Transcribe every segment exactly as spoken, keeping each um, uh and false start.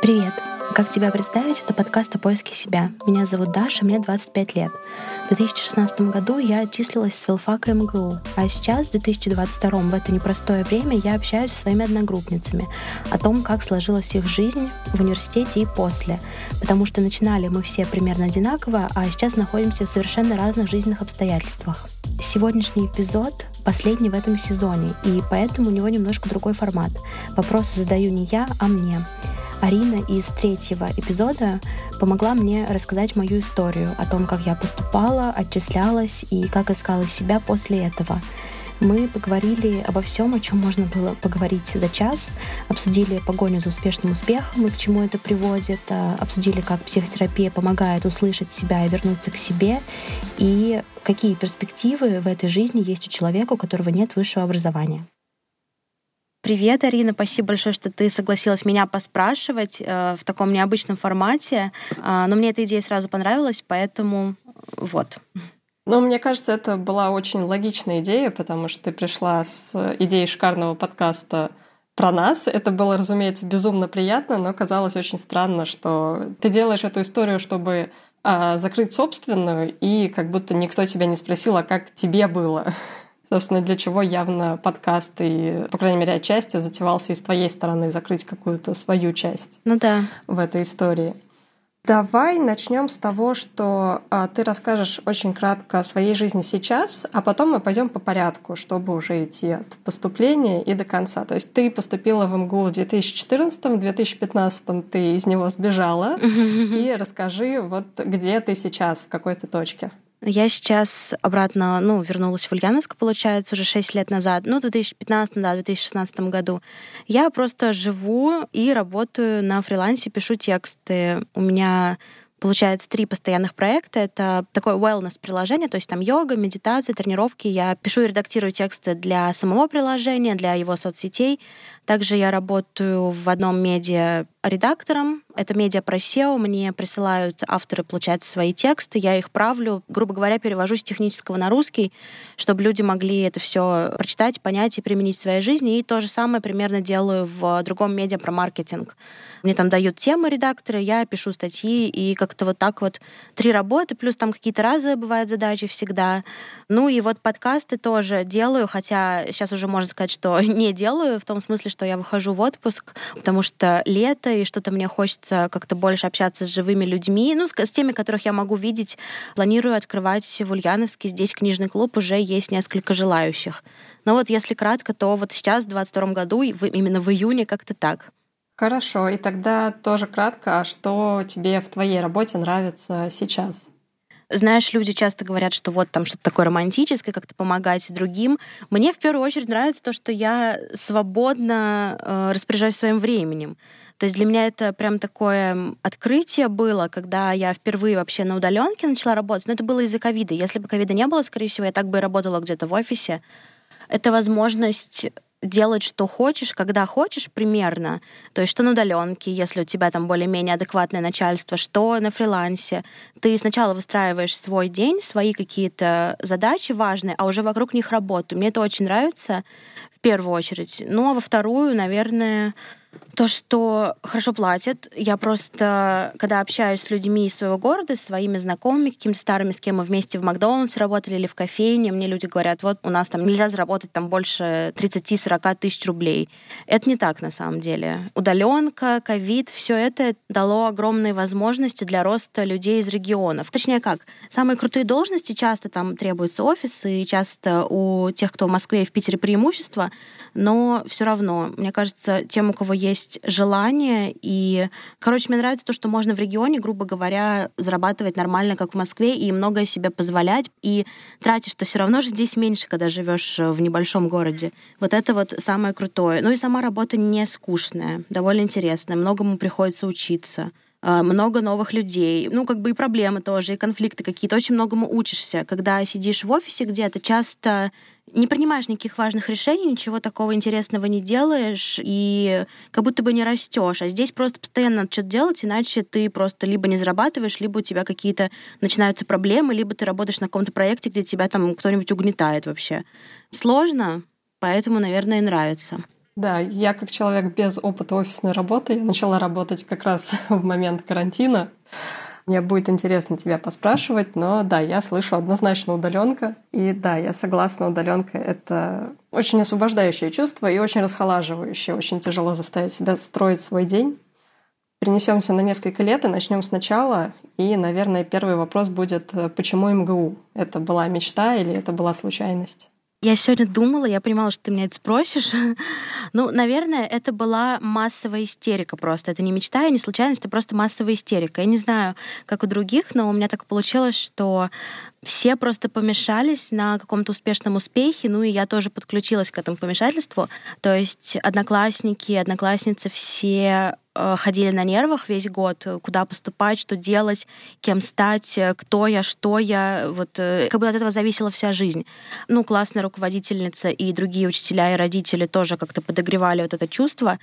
Привет! Как тебя представить? Это подкаст о поиске себя. Меня зовут Даша, мне двадцать пять лет. В две тысячи шестнадцатом году я отчислилась с филфака эм гэ у, а сейчас, в две тысячи двадцать втором, в это непростое время, я общаюсь со своими одногруппницами о том, как сложилась их жизнь в университете и после. Потому что начинали мы все примерно одинаково, а сейчас находимся в совершенно разных жизненных обстоятельствах. Сегодняшний эпизод последний в этом сезоне, и поэтому у него немножко другой формат. Вопросы задаю не я, а мне. Арина из третьего эпизода помогла мне рассказать мою историю о том, как я поступала, отчислялась и как искала себя после этого. Мы поговорили обо всем, о чем можно было поговорить за час, обсудили погоню за успешным успехом и к чему это приводит, обсудили, как психотерапия помогает услышать себя и вернуться к себе, и какие перспективы в этой жизни есть у человека, у которого нет высшего образования. Привет, Арина, спасибо большое, что ты согласилась меня поспрашивать э, в таком необычном формате. Э, но мне эта идея сразу понравилась, поэтому вот. Ну, мне кажется, это была очень логичная идея, потому что ты пришла с идеей шикарного подкаста про нас. Это было, разумеется, безумно приятно, но казалось очень странно, что ты делаешь эту историю, чтобы э, закрыть собственную, и как будто никто тебя не спросил, а как тебе было. Собственно, для чего явно подкаст и, по крайней мере, отчасти затевался и с твоей стороны закрыть какую-то свою часть ну да. в этой истории. Давай начнем с того, что а, ты расскажешь очень кратко о своей жизни сейчас, а потом мы пойдем по порядку, чтобы уже идти от поступления и до конца. То есть ты поступила в эм гэ у в две тысячи четырнадцатом, в две тысячи пятнадцатом ты из него сбежала. И расскажи, вот где ты сейчас, в какой-то точке. Я сейчас обратно, ну, вернулась в Ульяновск, получается, уже шесть лет назад, ну, в две тысячи пятнадцатом, да, в две тысячи шестнадцатом году. Я просто живу и работаю на фрилансе, пишу тексты. У меня получается три постоянных проекта. Это такое wellness-приложение, то есть там йога, медитация, тренировки. Я пишу и редактирую тексты для самого приложения, для его соцсетей. Также я работаю в одном медиа редактором. Это медиа про сео. Мне присылают авторы, получается, свои тексты. Я их правлю, грубо говоря, перевожу с технического на русский, чтобы люди могли это все прочитать, понять и применить в своей жизни. И то же самое примерно делаю в другом медиа про маркетинг. Мне там дают темы редакторы, я пишу статьи, и как-то вот так вот три работы, плюс там какие-то разовые бывают задачи всегда. Ну и вот подкасты тоже делаю, хотя сейчас уже можно сказать, что не делаю, в том смысле, что я выхожу в отпуск, потому что лето, и что-то мне хочется как-то больше общаться с живыми людьми, ну, с, с теми, которых я могу видеть. Планирую открывать в Ульяновске, здесь книжный клуб, уже есть несколько желающих. Но вот если кратко, то вот сейчас, в двадцать втором году, именно в июне, как-то так. Хорошо, и тогда тоже кратко, а что тебе в твоей работе нравится сейчас? Знаешь, люди часто говорят, что вот там что-то такое романтическое, как-то помогать другим. Мне в первую очередь нравится то, что я свободно э, распоряжаюсь своим временем. То есть для меня это прям такое открытие было, когда я впервые вообще на удаленке начала работать. Но это было из-за ковида. Если бы ковида не было, скорее всего, я так бы и работала где-то в офисе. Это возможность делать, что хочешь, когда хочешь примерно. То есть что на удаленке, если у тебя там более-менее адекватное начальство, что на фрилансе. Ты сначала выстраиваешь свой день, свои какие-то задачи важные, а уже вокруг них работу. Мне это очень нравится в первую очередь. Ну, а во вторую, наверное, то, что хорошо платят. Я просто, когда общаюсь с людьми из своего города, с своими знакомыми, какими-то старыми, с кем мы вместе в Макдональдсе работали или в кофейне, мне люди говорят, вот у нас там нельзя заработать там больше тридцать-сорок тысяч рублей. Это не так на самом деле. Удаленка, ковид, все это дало огромные возможности для роста людей из регионов. Точнее как, самые крутые должности часто там требуются офисы, и часто у тех, кто в Москве и в Питере преимущество, но все равно, мне кажется, тем, у кого есть желание. И, короче, мне нравится то, что можно в регионе, грубо говоря, зарабатывать нормально, как в Москве, и многое себе позволять. И тратишь-то все равно же здесь меньше, когда живешь в небольшом городе. Вот это вот самое крутое. Ну и сама работа не скучная, довольно интересная. Многому приходится учиться. Много новых людей, ну, как бы и проблемы тоже, и конфликты какие-то. Очень многому учишься. Когда сидишь в офисе где-то, часто не принимаешь никаких важных решений, ничего такого интересного не делаешь, и как будто бы не растешь. А здесь просто постоянно надо что-то делать, иначе ты просто либо не зарабатываешь, либо у тебя какие-то начинаются проблемы, либо ты работаешь на каком-то проекте, где тебя там кто-нибудь угнетает вообще. Сложно, поэтому, наверное, и нравится. Да, я как человек без опыта офисной работы, я начала работать как раз в момент карантина. Мне будет интересно тебя поспрашивать, но да, я слышу однозначно удаленка. И да, я согласна, удаленка — это очень освобождающее чувство и очень расхолаживающее. Очень тяжело заставить себя строить свой день. Перенесемся на несколько лет и начнем сначала. И, наверное, первый вопрос будет: почему эм гэ у? Это была мечта или это была случайность? Я сегодня думала, я понимала, что ты меня это спросишь. Ну, наверное, это была массовая истерика просто. Это не мечта и не случайность, это просто массовая истерика. Я не знаю, как у других, но у меня так получилось, что все просто помешались на каком-то успешном успехе, ну и я тоже подключилась к этому помешательству. То есть одноклассники, одноклассницы все э, ходили на нервах весь год, куда поступать, что делать, кем стать, кто я, что я. Вот э, как бы от этого зависела вся жизнь. Ну, классная руководительница и другие учителя и родители тоже как-то подогревали вот это чувство.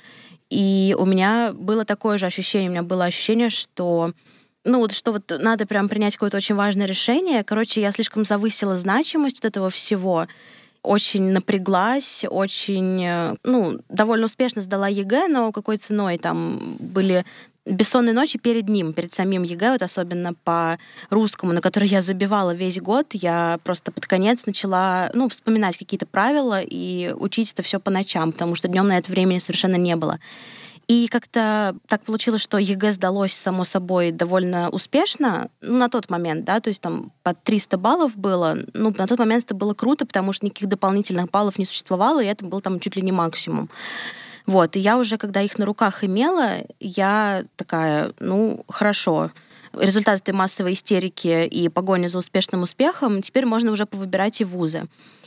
И у меня было такое же ощущение, у меня было ощущение, что ну вот что вот надо прям принять какое-то очень важное решение. Короче, я слишком завысила значимость вот этого всего, очень напряглась, очень, э, ну, довольно успешно сдала е гэ, но какой ценой? Там были бессонные ночи перед ним, перед самим е гэ, вот особенно по русскому, на который я забивала весь год. Я просто под конец начала, ну, вспоминать какие-то правила и учить это все по ночам, потому что днем на это времени совершенно не было. И как-то так получилось, что е гэ сдалось, само собой, довольно успешно, ну, на тот момент, да, то есть там под триста баллов было. Ну, на тот момент это было круто, потому что никаких дополнительных баллов не существовало, и это был там чуть ли не максимум. Вот, и я уже, когда их на руках имела, я такая, ну, хорошо, результат этой массовой истерики и погони за успешным успехом, теперь можно уже повыбирать и вузы.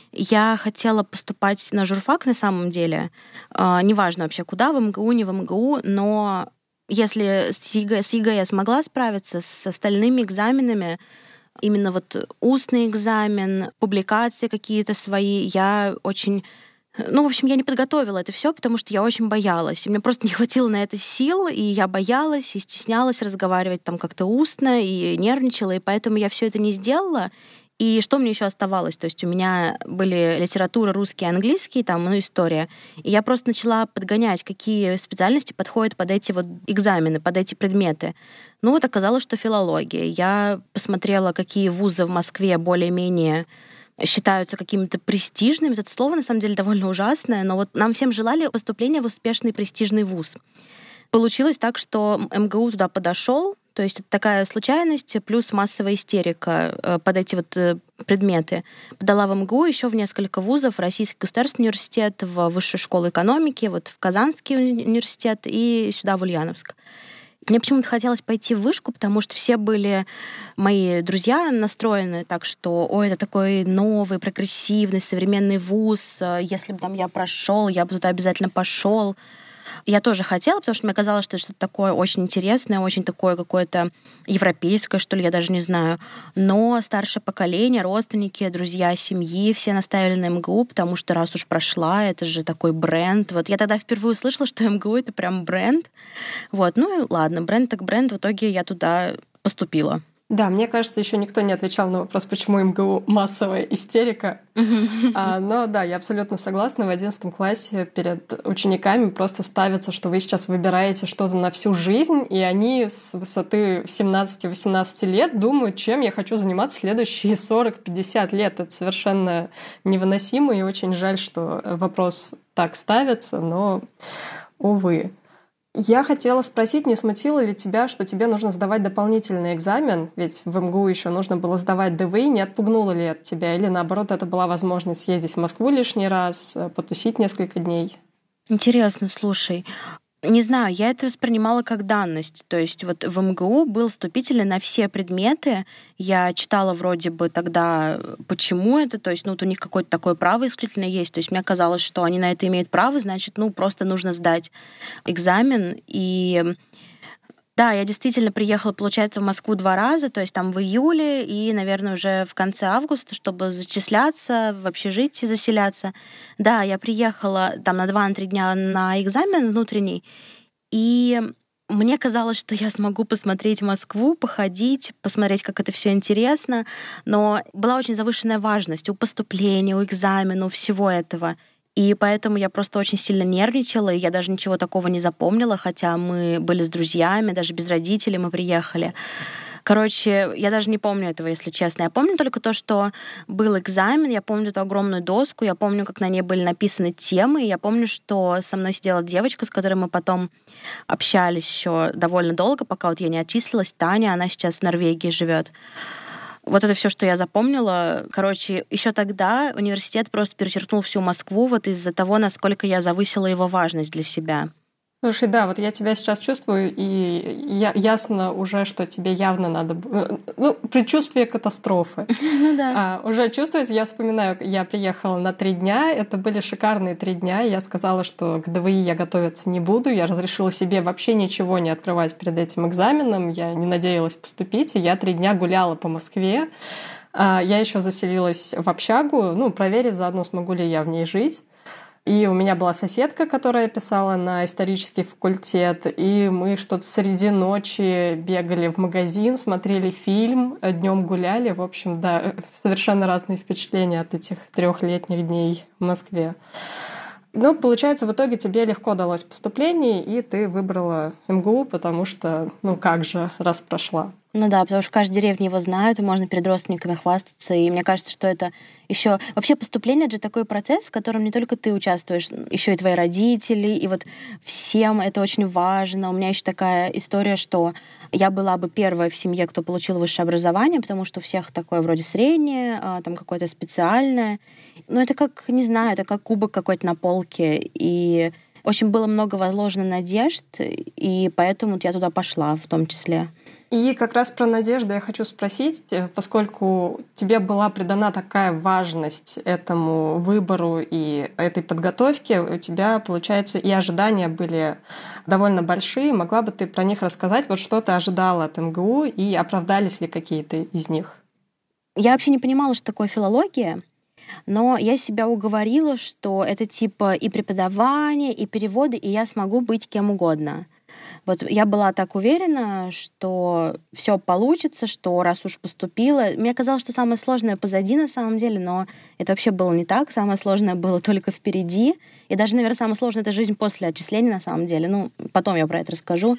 Я хотела поступать на журфак на самом деле. Э, неважно вообще куда, в эм гэ у, не в эм гэ у, но если с е гэ, с е гэ я смогла справиться, с остальными экзаменами, именно вот устный экзамен, публикации какие-то свои, я очень... Ну, в общем, я не подготовила это все, потому что я очень боялась. И мне просто не хватило на это сил, и я боялась, и стеснялась разговаривать там как-то устно, и нервничала, и поэтому я все это не сделала. И что мне еще оставалось? То есть у меня были литература, русский, английский, там, ну, история. И я просто начала подгонять, какие специальности подходят под эти вот экзамены, под эти предметы. Ну, вот оказалось, что филология. Я посмотрела, какие вузы в Москве более-менее считаются какими-то престижными. Это слово, на самом деле, довольно ужасное, но вот нам всем желали поступления в успешный престижный вуз. Получилось так, что эм гэ у туда подошел, то есть это такая случайность плюс массовая истерика под эти вот предметы. Подала в эм гэ у еще в несколько вузов: Российский государственный университет, в Высшую школу экономики, вот в Казанский университет и сюда, в Ульяновск. Мне почему-то хотелось пойти в вышку, потому что все были мои друзья настроены так, что ой, это такой новый, прогрессивный, современный вуз. Если бы там я прошел, я бы туда обязательно пошел. Я тоже хотела, потому что мне казалось, что это что-то такое очень интересное, очень такое какое-то европейское, что ли, я даже не знаю. Но старшее поколение, родственники, друзья семьи, все наставили на эм гэ у, потому что раз уж прошла, это же такой бренд. Вот я тогда впервые услышала, что эм гэ у — это прям бренд. Вот, ну и ладно, бренд так бренд. В итоге я туда поступила. Да, мне кажется, еще никто не отвечал на вопрос, почему эм гэ у массовая истерика. А, но да, я абсолютно согласна. В одиннадцатом классе перед учениками просто ставится, что вы сейчас выбираете что-то на всю жизнь, и они с высоты семнадцати-восемнадцати лет думают, чем я хочу заниматься следующие сорок-пятьдесят лет. Это совершенно невыносимо, и очень жаль, что вопрос так ставится, но, увы. Я хотела спросить, не смутило ли тебя, что тебе нужно сдавать дополнительный экзамен, ведь в эм гэ у еще нужно было сдавать дэ вэ и, не отпугнуло ли это тебя? Или наоборот, это была возможность съездить в Москву лишний раз, потусить несколько дней? Интересно, слушай. Не знаю, я это воспринимала как данность. То есть вот в эм гэ у был вступительный на все предметы. Я читала вроде бы тогда, почему это. То есть, ну, вот у них какое-то такое право исключительно есть. То есть мне казалось, что они на это имеют право, значит, ну, просто нужно сдать экзамен. И да, я действительно приехала, получается, в Москву два раза, то есть там в июле и, наверное, уже в конце августа, чтобы зачисляться, в общежитие заселяться. Да, я приехала там на два-три дня на экзамен внутренний, и мне казалось, что я смогу посмотреть Москву, походить, посмотреть, как это все интересно, но была очень завышенная важность у поступления, у экзамена, у всего этого. И поэтому я просто очень сильно нервничала, и я даже ничего такого не запомнила, хотя мы были с друзьями, даже без родителей мы приехали. Короче, я даже не помню этого, если честно. Я помню только то, что был экзамен, я помню эту огромную доску, я помню, как на ней были написаны темы, и я помню, что со мной сидела девочка, с которой мы потом общались еще довольно долго, пока вот я не отчислилась. Таня, она сейчас в Норвегии живет. Вот это все, что я запомнила. Короче, еще тогда университет просто перечеркнул всю Москву вот из-за того, насколько я завысила его важность для себя. Слушай, да, вот я тебя сейчас чувствую, и я, ясно уже, что тебе явно надо... Ну, предчувствие катастрофы. Ну да. А, уже чувствуется, я вспоминаю, я приехала на три дня, это были шикарные три дня, и я сказала, что к ДВИ я готовиться не буду, я разрешила себе вообще ничего не открывать перед этим экзаменом, я не надеялась поступить, и я три дня гуляла по Москве. А, я еще заселилась в общагу, ну, проверить заодно, смогу ли я в ней жить. И у меня была соседка, которая писала на исторический факультет, и мы что-то среди ночи бегали в магазин, смотрели фильм, днем гуляли. В общем, да, совершенно разные впечатления от этих трехлетних дней в Москве. Но, получается, в итоге тебе легко далось поступление, и ты выбрала МГУ, потому что, ну как же, раз прошла. Ну да, потому что в каждой деревне его знают, и можно перед родственниками хвастаться. И мне кажется, что это еще вообще поступление — это же такой процесс, в котором не только ты участвуешь, еще и твои родители, и вот всем это очень важно. У меня еще такая история, что я была бы первой в семье, кто получил высшее образование, потому что у всех такое вроде среднее, там какое-то специальное. Но это как, не знаю, это как кубок какой-то на полке. И очень было много возложено надежд, и поэтому я туда пошла в том числе. И как раз про надежду я хочу спросить, поскольку тебе была придана такая важность этому выбору и этой подготовке, у тебя, получается, и ожидания были довольно большие. Могла бы ты про них рассказать? Вот что ты ожидала от МГУ, и оправдались ли какие-то из них? Я вообще не понимала, что такое филология, но я себя уговорила, что это типа и преподавание, и переводы, и я смогу быть кем угодно. Вот я была так уверена, что все получится, что раз уж поступила. Мне казалось, что самое сложное позади на самом деле, но это вообще было не так. Самое сложное было только впереди. И даже, наверное, самое сложное — это жизнь после отчисления на самом деле. Ну, потом я про это расскажу.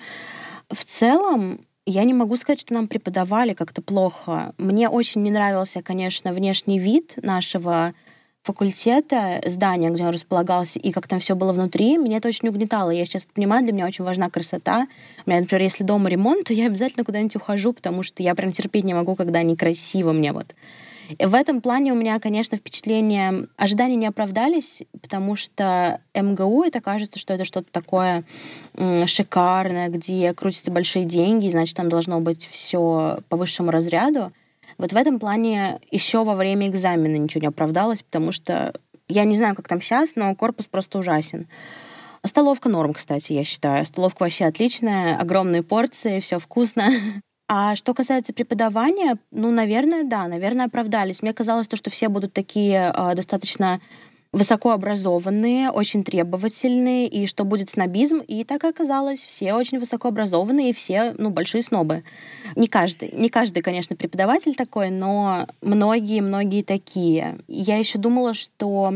В целом, я не могу сказать, что нам преподавали как-то плохо. Мне очень не нравился, конечно, внешний вид нашего факультета, здания, где он располагался, и как там все было внутри, меня это очень угнетало. Я сейчас понимаю, для меня очень важна красота. У меня, например, если дома ремонт, то я обязательно куда-нибудь ухожу, потому что я прям терпеть не могу, когда некрасиво мне вот. И в этом плане у меня, конечно, впечатления, ожидания не оправдались, потому что МГУ, это кажется, что это что-то такое шикарное, где крутятся большие деньги, значит, там должно быть все по высшему разряду. Вот в этом плане еще во время экзамена ничего не оправдалось, потому что я не знаю, как там сейчас, но корпус просто ужасен. Столовка норм, кстати, я считаю. Столовка вообще отличная, огромные порции, все вкусно. А что касается преподавания, ну, наверное, да, наверное, оправдались. Мне казалось, то, что все будут такие э, достаточно высокообразованные, очень требовательные, и что будет снобизм. И так и оказалось. Все очень высокообразованные, и все, ну, большие снобы. Не каждый, не каждый, конечно, преподаватель такой, но многие-многие такие. Я еще думала, что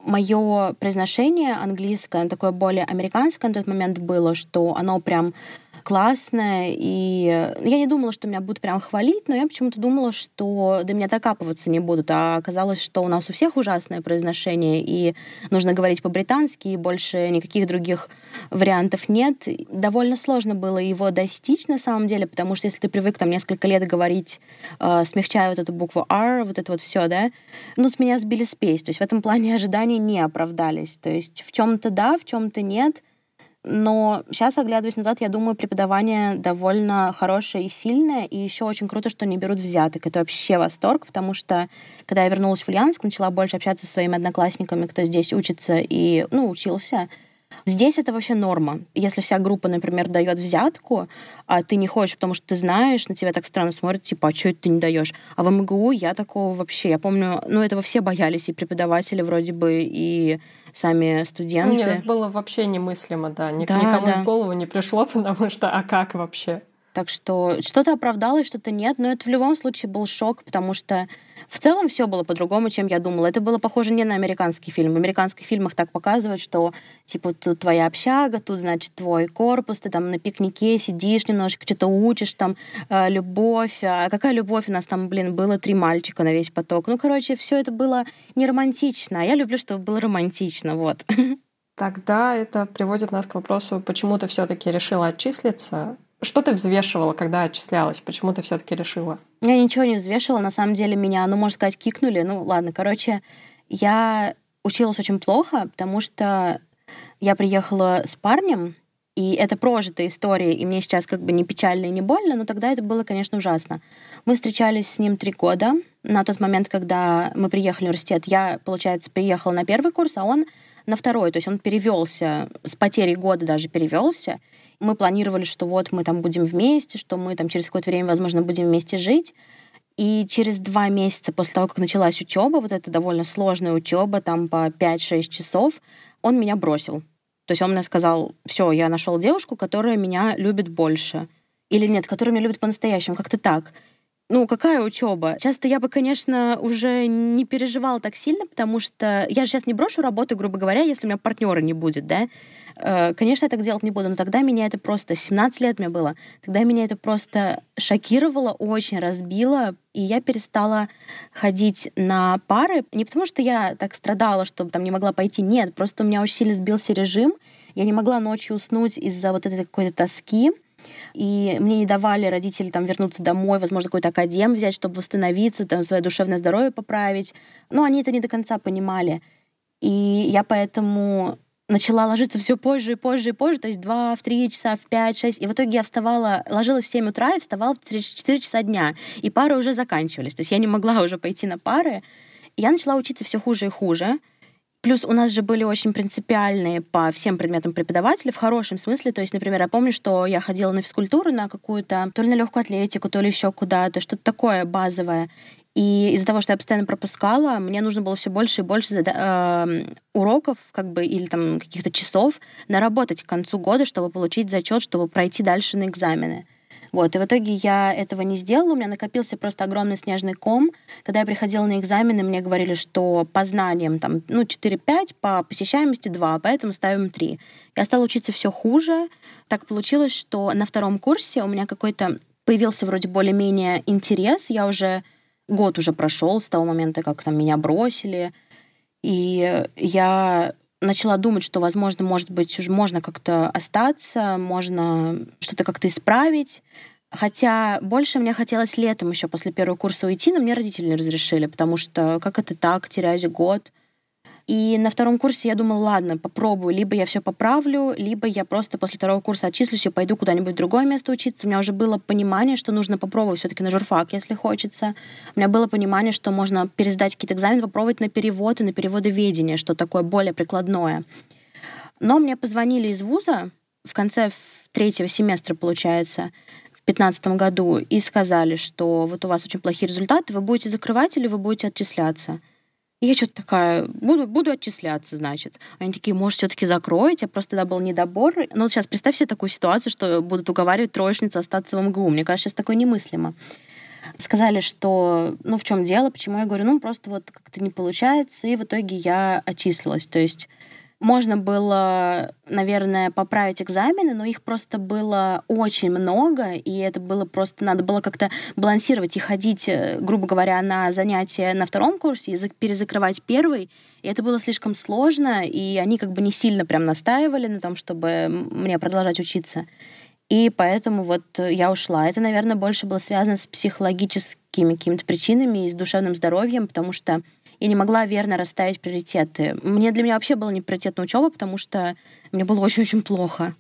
мое произношение английское, оно такое более американское на тот момент было, что оно прям классное, и я не думала, что меня будут прям хвалить, но я почему-то думала, что до меня докапываться не будут, а оказалось, что у нас у всех ужасное произношение, и нужно говорить по-британски, и больше никаких других вариантов нет. Довольно сложно было его достичь, на самом деле, потому что если ты привык там несколько лет говорить, э, смягчая вот эту букву R, вот это вот все, да, ну, с меня сбили спесь, то есть в этом плане ожидания не оправдались, то есть в чем-то да, в чем-то нет. Но сейчас, оглядываясь назад, я думаю, преподавание довольно хорошее и сильное, и еще очень круто, что не берут взяток. Это вообще восторг, потому что, когда я вернулась в Ульяновск, начала больше общаться со своими одноклассниками, кто здесь учится и, ну, учился. Здесь это вообще норма. Если вся группа, например, дает взятку, а ты не хочешь, потому что ты знаешь, на тебя так странно смотрят, типа, а что это ты не даешь? А в МГУ я такого вообще... Я помню, ну, этого все боялись, и преподаватели вроде бы, и сами студенты. Нет, это было вообще немыслимо, да. Ник- да никому да. в голову не пришло, потому что а как вообще? Так что что-то оправдалось, что-то нет. Но это в любом случае был шок, потому что В целом все было по-другому, чем я думала. Это было похоже не на американский фильм. В американских фильмах так показывают, что типа тут твоя общага, тут, значит, твой корпус, ты там на пикнике сидишь немножечко, что-то учишь, там, э, любовь. А какая любовь? У нас там, блин, было три мальчика на весь поток. Ну, короче, все это было не романтично. А я люблю, чтобы было романтично, вот. Тогда это приводит нас к вопросу, почему ты все-таки решила отчислиться? Что ты взвешивала, когда отчислялась? Почему ты все-таки решила? Я ничего не взвешивала, на самом деле меня, ну, можно сказать, кикнули. Ну, ладно, короче, я училась очень плохо, потому что я приехала с парнем, и это прожитая история, и мне сейчас как бы не печально и не больно, но тогда это было, конечно, ужасно. Мы встречались с ним три года. На тот момент, когда мы приехали в университет, я, получается, приехала на первый курс, а он на второй. То есть он перевелся, с потерей года даже перевелся. Мы планировали, что вот мы там будем вместе, что мы там через какое-то время, возможно, будем вместе жить. И через два месяца после того, как началась учеба, вот эта довольно сложная учеба, там по пять-шесть часов, он меня бросил. То есть он мне сказал: все, я нашел девушку, которая меня любит больше. Или нет, которая меня любит по-настоящему, как-то так. Ну, какая учеба? Часто я бы, конечно, уже не переживала так сильно, потому что я же сейчас не брошу работу, грубо говоря, если у меня партнера не будет, да. Э, Конечно, я так делать не буду, но тогда меня это просто... семнадцать лет мне было. Тогда меня это просто шокировало, очень разбило, и я перестала ходить на пары. Не потому что я так страдала, что там не могла пойти, нет, просто у меня очень сильно сбился режим. Я не могла ночью уснуть из-за вот этой какой-то тоски. И мне не давали родители там вернуться домой, возможно, какой-то академ взять, чтобы восстановиться, там, свое душевное здоровье поправить. Но они это не до конца понимали. И я поэтому начала ложиться все позже и позже и позже, то есть два, в три часа, в пять, шесть. И в итоге я вставала, ложилась в семь утра и вставала в четыре часа дня. И пары уже заканчивались. То есть я не могла уже пойти на пары. И я начала учиться все хуже и хуже. Плюс у нас же были очень принципиальные по всем предметам преподаватели в хорошем смысле. То есть, например, я помню, что я ходила на физкультуру, на какую-то, то ли на легкую атлетику, то ли еще куда-то, что-то такое базовое. И из-за того, что я постоянно пропускала, мне нужно было все больше и больше зада- э, уроков, как бы, или там каких-то часов наработать к концу года, чтобы получить зачет, чтобы пройти дальше на экзамены. Вот, и в итоге я этого не сделала, у меня накопился просто огромный снежный ком. Когда я приходила на экзамены, мне говорили, что по знаниям там, ну, четыре-пять, по посещаемости два, поэтому ставим три. Я стала учиться все хуже. Так получилось, что на втором курсе у меня какой-то появился вроде более-менее интерес. Я уже год уже прошел с того момента, как там меня бросили. И я начала думать, что, возможно, может быть, уже можно как-то остаться, можно что-то как-то исправить. Хотя больше мне хотелось летом еще после первого курса уйти, но мне родители не разрешили, потому что как это так, теряюсь год. И на втором курсе я думала, ладно, попробую. Либо я все поправлю, либо я просто после второго курса отчислюсь и пойду куда-нибудь в другое место учиться. У меня уже было понимание, что нужно попробовать все-таки на журфак, если хочется. У меня было понимание, что можно пересдать какие-то экзамены, попробовать на перевод и на переводоведение, что такое более прикладное. Но мне позвонили из вуза в конце третьего семестра, получается, в пятнадцатом году, и сказали, что вот у вас очень плохие результаты, вы будете закрывать или вы будете отчисляться. И я что-то такая, буду, буду отчисляться, значит. Они такие, может, все-таки закроете? А просто тогда был недобор. Ну, вот сейчас представь себе такую ситуацию, что будут уговаривать троечницу остаться в МГУ. Мне кажется, сейчас такое немыслимо. Сказали, что, ну, в чем дело, почему? Я говорю, ну, просто вот как-то не получается, и в итоге я отчислилась. То есть можно было, наверное, поправить экзамены, но их просто было очень много, и это было просто... Надо было как-то балансировать и ходить, грубо говоря, на занятия на втором курсе и перезакрывать первый. И это было слишком сложно, и они как бы не сильно прям настаивали на том, чтобы мне продолжать учиться. И поэтому вот я ушла. Это, наверное, больше было связано с психологическими какими-то причинами и с душевным здоровьем, потому что я не могла верно расставить приоритеты. Мне для меня вообще была не приоритетная учеба, потому что мне было очень-очень плохо.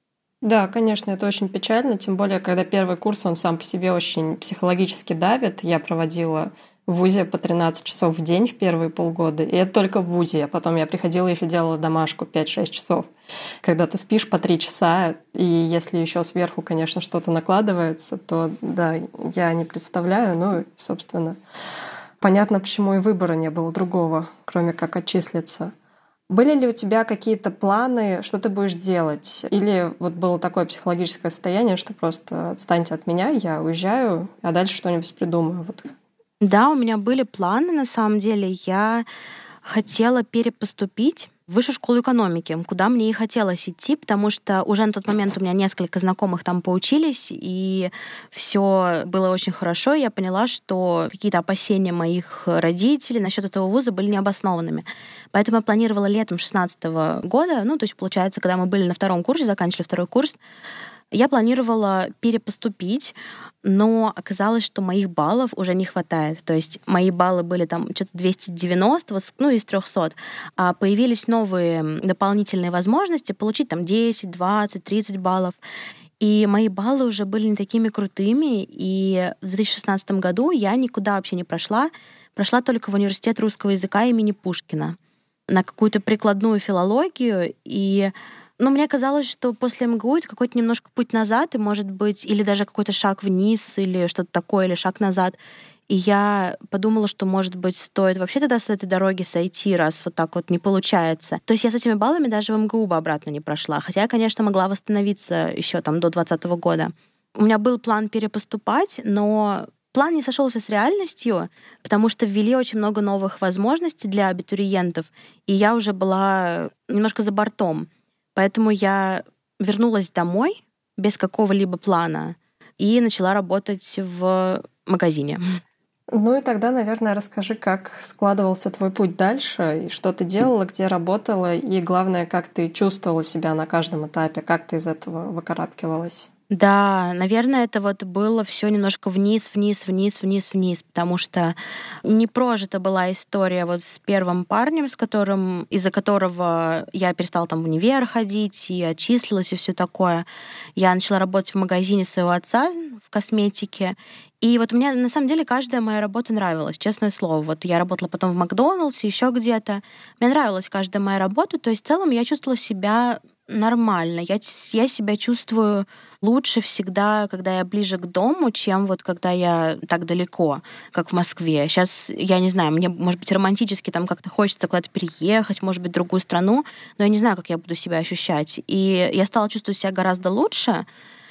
Да, конечно, это очень печально, тем более, когда первый курс, он сам по себе очень психологически давит. Я проводила в вузе по тринадцать часов в день в первые полгода, и это только в вузе. А потом я приходила и еще делала домашку пять-шесть часов. Когда ты спишь по три часа, и если еще сверху, конечно, что-то накладывается, то да, я не представляю, ну, собственно... Понятно, почему и выбора не было другого, кроме как отчислиться. Были ли у тебя какие-то планы, что ты будешь делать? Или вот было такое психологическое состояние, что просто отстаньте от меня, я уезжаю, а дальше что-нибудь придумаю? Вот Да, у меня были планы, на самом деле. Я хотела перепоступить в Высшую школу экономики, куда мне и хотелось идти, потому что уже на тот момент у меня несколько знакомых там поучились, и все было очень хорошо. И я поняла, что какие-то опасения моих родителей насчет этого вуза были необоснованными. Поэтому я планировала летом шестнадцатого года, ну, то есть, получается, когда мы были на втором курсе, заканчивали второй курс, я планировала перепоступить, но оказалось, что моих баллов уже не хватает. То есть мои баллы были там что-то двести девяносто, ну, из трёхсот, а появились новые дополнительные возможности получить там десять, двадцать, тридцать баллов. И мои баллы уже были не такими крутыми, и в две тысячи шестнадцатом году я никуда вообще не прошла. Прошла только в университет русского языка имени Пушкина на какую-то прикладную филологию, и но мне казалось, что после МГУ это какой-то немножко путь назад, и, может быть, или даже какой-то шаг вниз, или что-то такое, или шаг назад. И я подумала, что, может быть, стоит вообще тогда с этой дороги сойти, раз вот так вот не получается. То есть я с этими баллами даже в МГУ бы обратно не прошла. Хотя я, конечно, могла восстановиться еще там до двадцатого года. У меня был план перепоступать, но план не сошелся с реальностью, потому что ввели очень много новых возможностей для абитуриентов, и я уже была немножко за бортом. Поэтому я вернулась домой без какого-либо плана и начала работать в магазине. Ну и тогда, наверное, расскажи, как складывался твой путь дальше, и что ты делала, где работала, и главное, как ты чувствовала себя на каждом этапе, как ты из этого выкарабкивалась. Да, наверное, это вот было все немножко вниз, вниз, вниз, вниз, вниз, потому что не прожита была история вот с первым парнем, с которым, из-за которого я перестала там в универ ходить и отчислилась и все такое. Я начала работать в магазине своего отца в косметике. И вот мне на самом деле каждая моя работа нравилась, честное слово. Вот я работала потом в Макдоналдсе, еще где-то. Мне нравилась каждая моя работа. То есть в целом я чувствовала себя нормально. Я, я себя чувствую лучше всегда, когда я ближе к дому, чем вот когда я так далеко, как в Москве. Сейчас, я не знаю, мне, может быть, романтически там как-то хочется куда-то переехать, может быть, в другую страну, но я не знаю, как я буду себя ощущать. И я стала чувствовать себя гораздо лучше,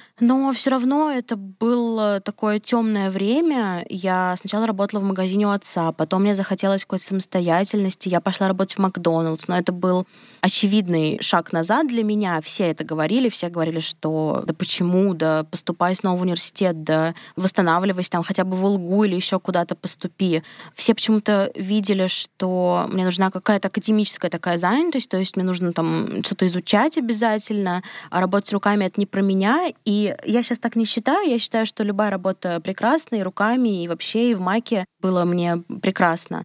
но все равно это было такое темное время. Я сначала работала в магазине у отца, потом мне захотелось какой-то самостоятельности. Я пошла работать в Макдоналдс, но это был очевидный шаг назад для меня. Все это говорили, все говорили, что да почему, да поступай снова в университет, да восстанавливайся там хотя бы в УЛГУ или еще куда-то поступи. Все почему-то видели, что мне нужна какая-то академическая такая занятость, то есть мне нужно там что-то изучать обязательно, а работать руками — это не про меня. И я сейчас так не считаю. Я считаю, что любая работа прекрасна, и руками, и вообще, и в Маке было мне прекрасно.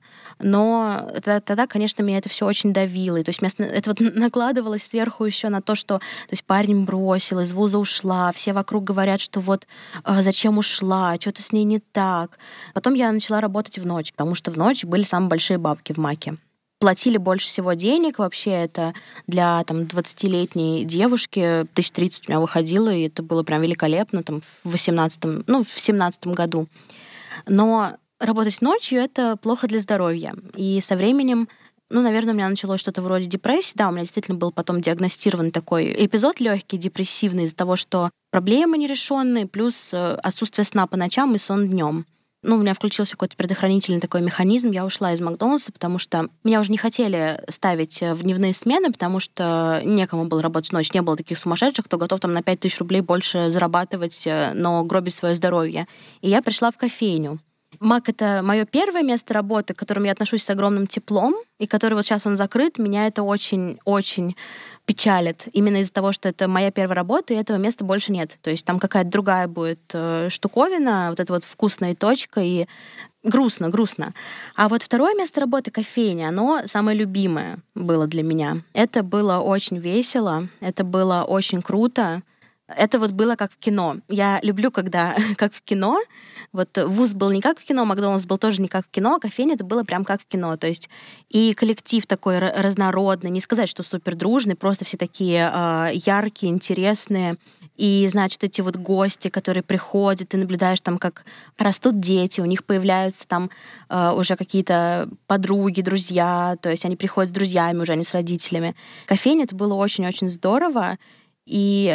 Но тогда, конечно, меня это все очень давило. И то есть это вот накладывалось сверху еще на то, что то есть парень бросил, из вуза ушла, все вокруг говорят, что вот зачем ушла, что-то с ней не так. Потом я начала работать в ночь, потому что в ночь были самые большие бабки в Маке. Платили больше всего денег. Вообще это для там, двадцатилетней девушки тысяч тридцать у меня выходило, и это было прям великолепно там, в восемнадцатом, ну, в семнадцатом году. Но работать ночью — это плохо для здоровья. И со временем, ну, наверное, у меня началось что-то вроде депрессии. Да, у меня действительно был потом диагностирован такой эпизод легкий, депрессивный, из-за того, что проблемы нерешенные, плюс отсутствие сна по ночам и сон днем. Ну, у меня включился какой-то предохранительный такой механизм. Я ушла из Макдоналдса, потому что меня уже не хотели ставить в дневные смены, потому что некому было работать в ночь. Не было таких сумасшедших, кто готов там на пять тысяч рублей больше зарабатывать, но гробить свое здоровье. И я пришла в кофейню. Мак — это мое первое место работы, к которому я отношусь с огромным теплом, и который вот сейчас он закрыт. Меня это очень-очень печалит. Именно из-за того, что это моя первая работа, и этого места больше нет. То есть там какая-то другая будет штуковина, вот эта вот вкусная точка, и грустно, грустно. А вот второе место работы, кофейня, оно самое любимое было для меня. Это было очень весело, это было очень круто. Это вот было как в кино. Я люблю, когда как в кино. Вот вуз был не как в кино, Макдоналдс был тоже не как в кино, а кофейня — это было прям как в кино. То есть и коллектив такой разнородный, не сказать, что супер дружный, просто все такие э, яркие, интересные. И, значит, эти вот гости, которые приходят, ты наблюдаешь там, как растут дети, у них появляются там э, уже какие-то подруги, друзья, то есть они приходят с друзьями уже, а не с родителями. Кофейня — это было очень-очень здорово. И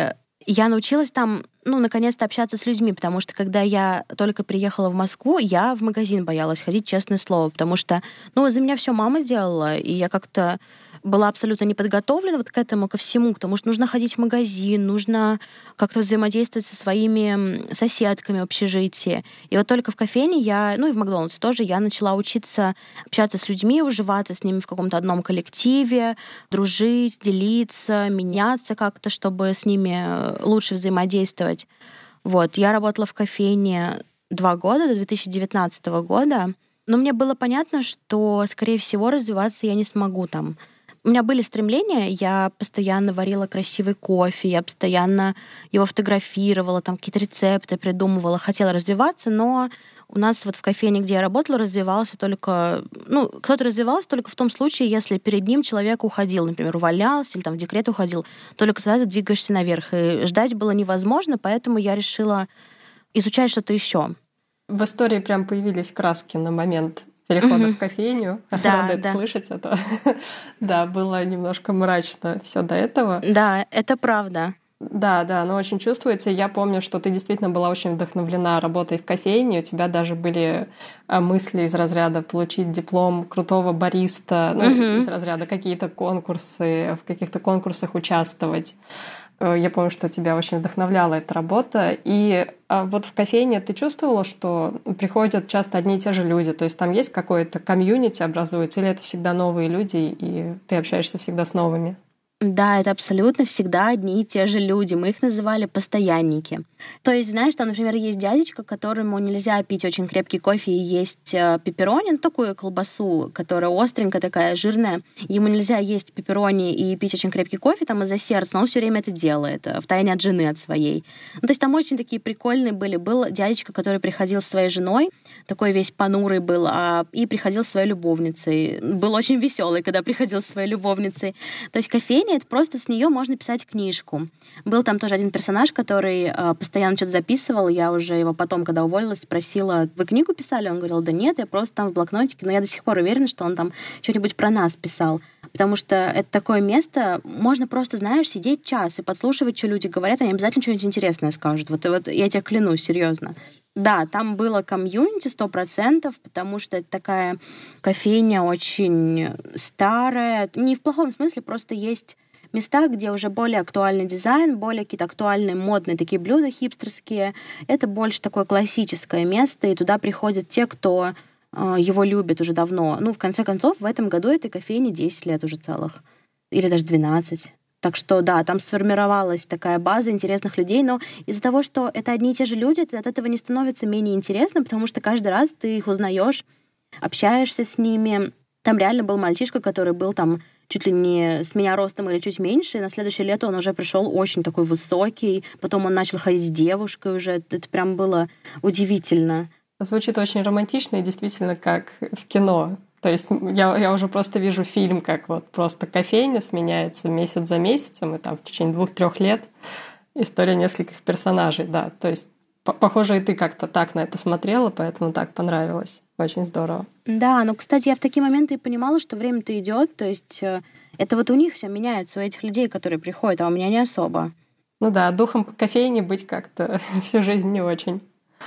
Я научилась там, ну, наконец-то общаться с людьми, потому что когда я только приехала в Москву, я в магазин боялась ходить, честное слово, потому что, ну, за меня все мама делала, и я как-то была абсолютно не подготовлена вот к этому, ко всему, потому что нужно ходить в магазин, нужно как-то взаимодействовать со своими соседками в общежитии. И вот только в кофейне я, ну и в Макдональдсе тоже, я начала учиться общаться с людьми, уживаться с ними в каком-то одном коллективе, дружить, делиться, меняться как-то, чтобы с ними лучше взаимодействовать. Вот. Я работала в кофейне два года, до две тысячи девятнадцатого года, но мне было понятно, что, скорее всего, развиваться я не смогу там. У меня были стремления, я постоянно варила красивый кофе, я постоянно его фотографировала, там какие-то рецепты придумывала, хотела развиваться, но у нас вот в кофейне, где я работала, развивался только... Ну, кто-то развивался только в том случае, если перед ним человек уходил, например, увольнялся или там в декрет уходил, только тогда ты двигаешься наверх. И ждать было невозможно, поэтому я решила изучать что-то еще. В истории прям появились краски на момент перехода Мгм. в кофейню. Да, Рада это да. слышать. Это да, было немножко мрачно все до этого. Да, это правда. Да, да, оно очень чувствуется. Я помню, что ты действительно была очень вдохновлена работой в кофейне. У тебя даже были а, мысли из разряда получить диплом крутого бариста, ну, Мгм. из разряда какие-то конкурсы, в каких-то конкурсах участвовать. Э, Я помню, что тебя очень вдохновляла эта работа. И а, вот в кофейне ты чувствовала, что приходят часто одни и те же люди? То есть там есть какое-то комьюнити образуется, или это всегда новые люди, и ты общаешься всегда с новыми? Да, это абсолютно всегда одни и те же люди. Мы их называли постоянники. То есть, знаешь, там, например, есть дядечка, которому нельзя пить очень крепкий кофе и есть э, пепперони, ну, такую колбасу, которая остренькая такая, жирная. Ему нельзя есть пепперони и пить очень крепкий кофе там из-за сердца, но он все время это делает, э, втайне от жены, от своей. Ну, то есть там очень такие прикольные были. Был дядечка, который приходил со своей женой, такой весь понурый был, а, и приходил со своей любовницей. Был очень веселый, когда приходил со своей любовницей. То есть кофейня — это просто с нее можно писать книжку. Был там тоже один персонаж, который э, постоянно что-то записывал. Я уже его потом, когда уволилась, спросила: вы книгу писали? Он говорил: да нет, я просто там в блокнотике. Но я до сих пор уверена, что он там что-нибудь про нас писал. Потому что это такое место, можно просто, знаешь, сидеть час и подслушивать, что люди говорят, они обязательно что-нибудь интересное скажут. Вот, вот я тебе клянусь, серьезно. Да, там было комьюнити сто процентов, потому что это такая кофейня очень старая. Не в плохом смысле, просто есть места, где уже более актуальный дизайн, более какие-то актуальные модные такие блюда хипстерские. Это больше такое классическое место, и туда приходят те, кто э, его любит уже давно. Ну, в конце концов, в этом году этой кофейне десять лет уже целых. Или даже двенадцать. Так что да, там сформировалась такая база интересных людей, но из-за того, что это одни и те же люди, от этого не становится менее интересно, потому что каждый раз ты их узнаешь, общаешься с ними. Там реально был мальчишка, который был там чуть ли не с меня ростом или чуть меньше, и на следующее лето он уже пришел очень такой высокий, потом он начал ходить с девушкой уже, это прям было удивительно. Звучит очень романтично и действительно как в кино. То есть я, я уже просто вижу фильм, как вот просто кофейня сменяется месяц за месяцем, и там в течение двух-трех лет история нескольких персонажей, да. То есть, по- похоже, и ты как-то так на это смотрела, поэтому так понравилось. Очень здорово. Да, ну, кстати, я в такие моменты и понимала, что время-то идет, то есть э, это вот у них все меняется, у этих людей, которые приходят, а у меня не особо. Ну да, духом кофейни быть как-то всю жизнь не очень.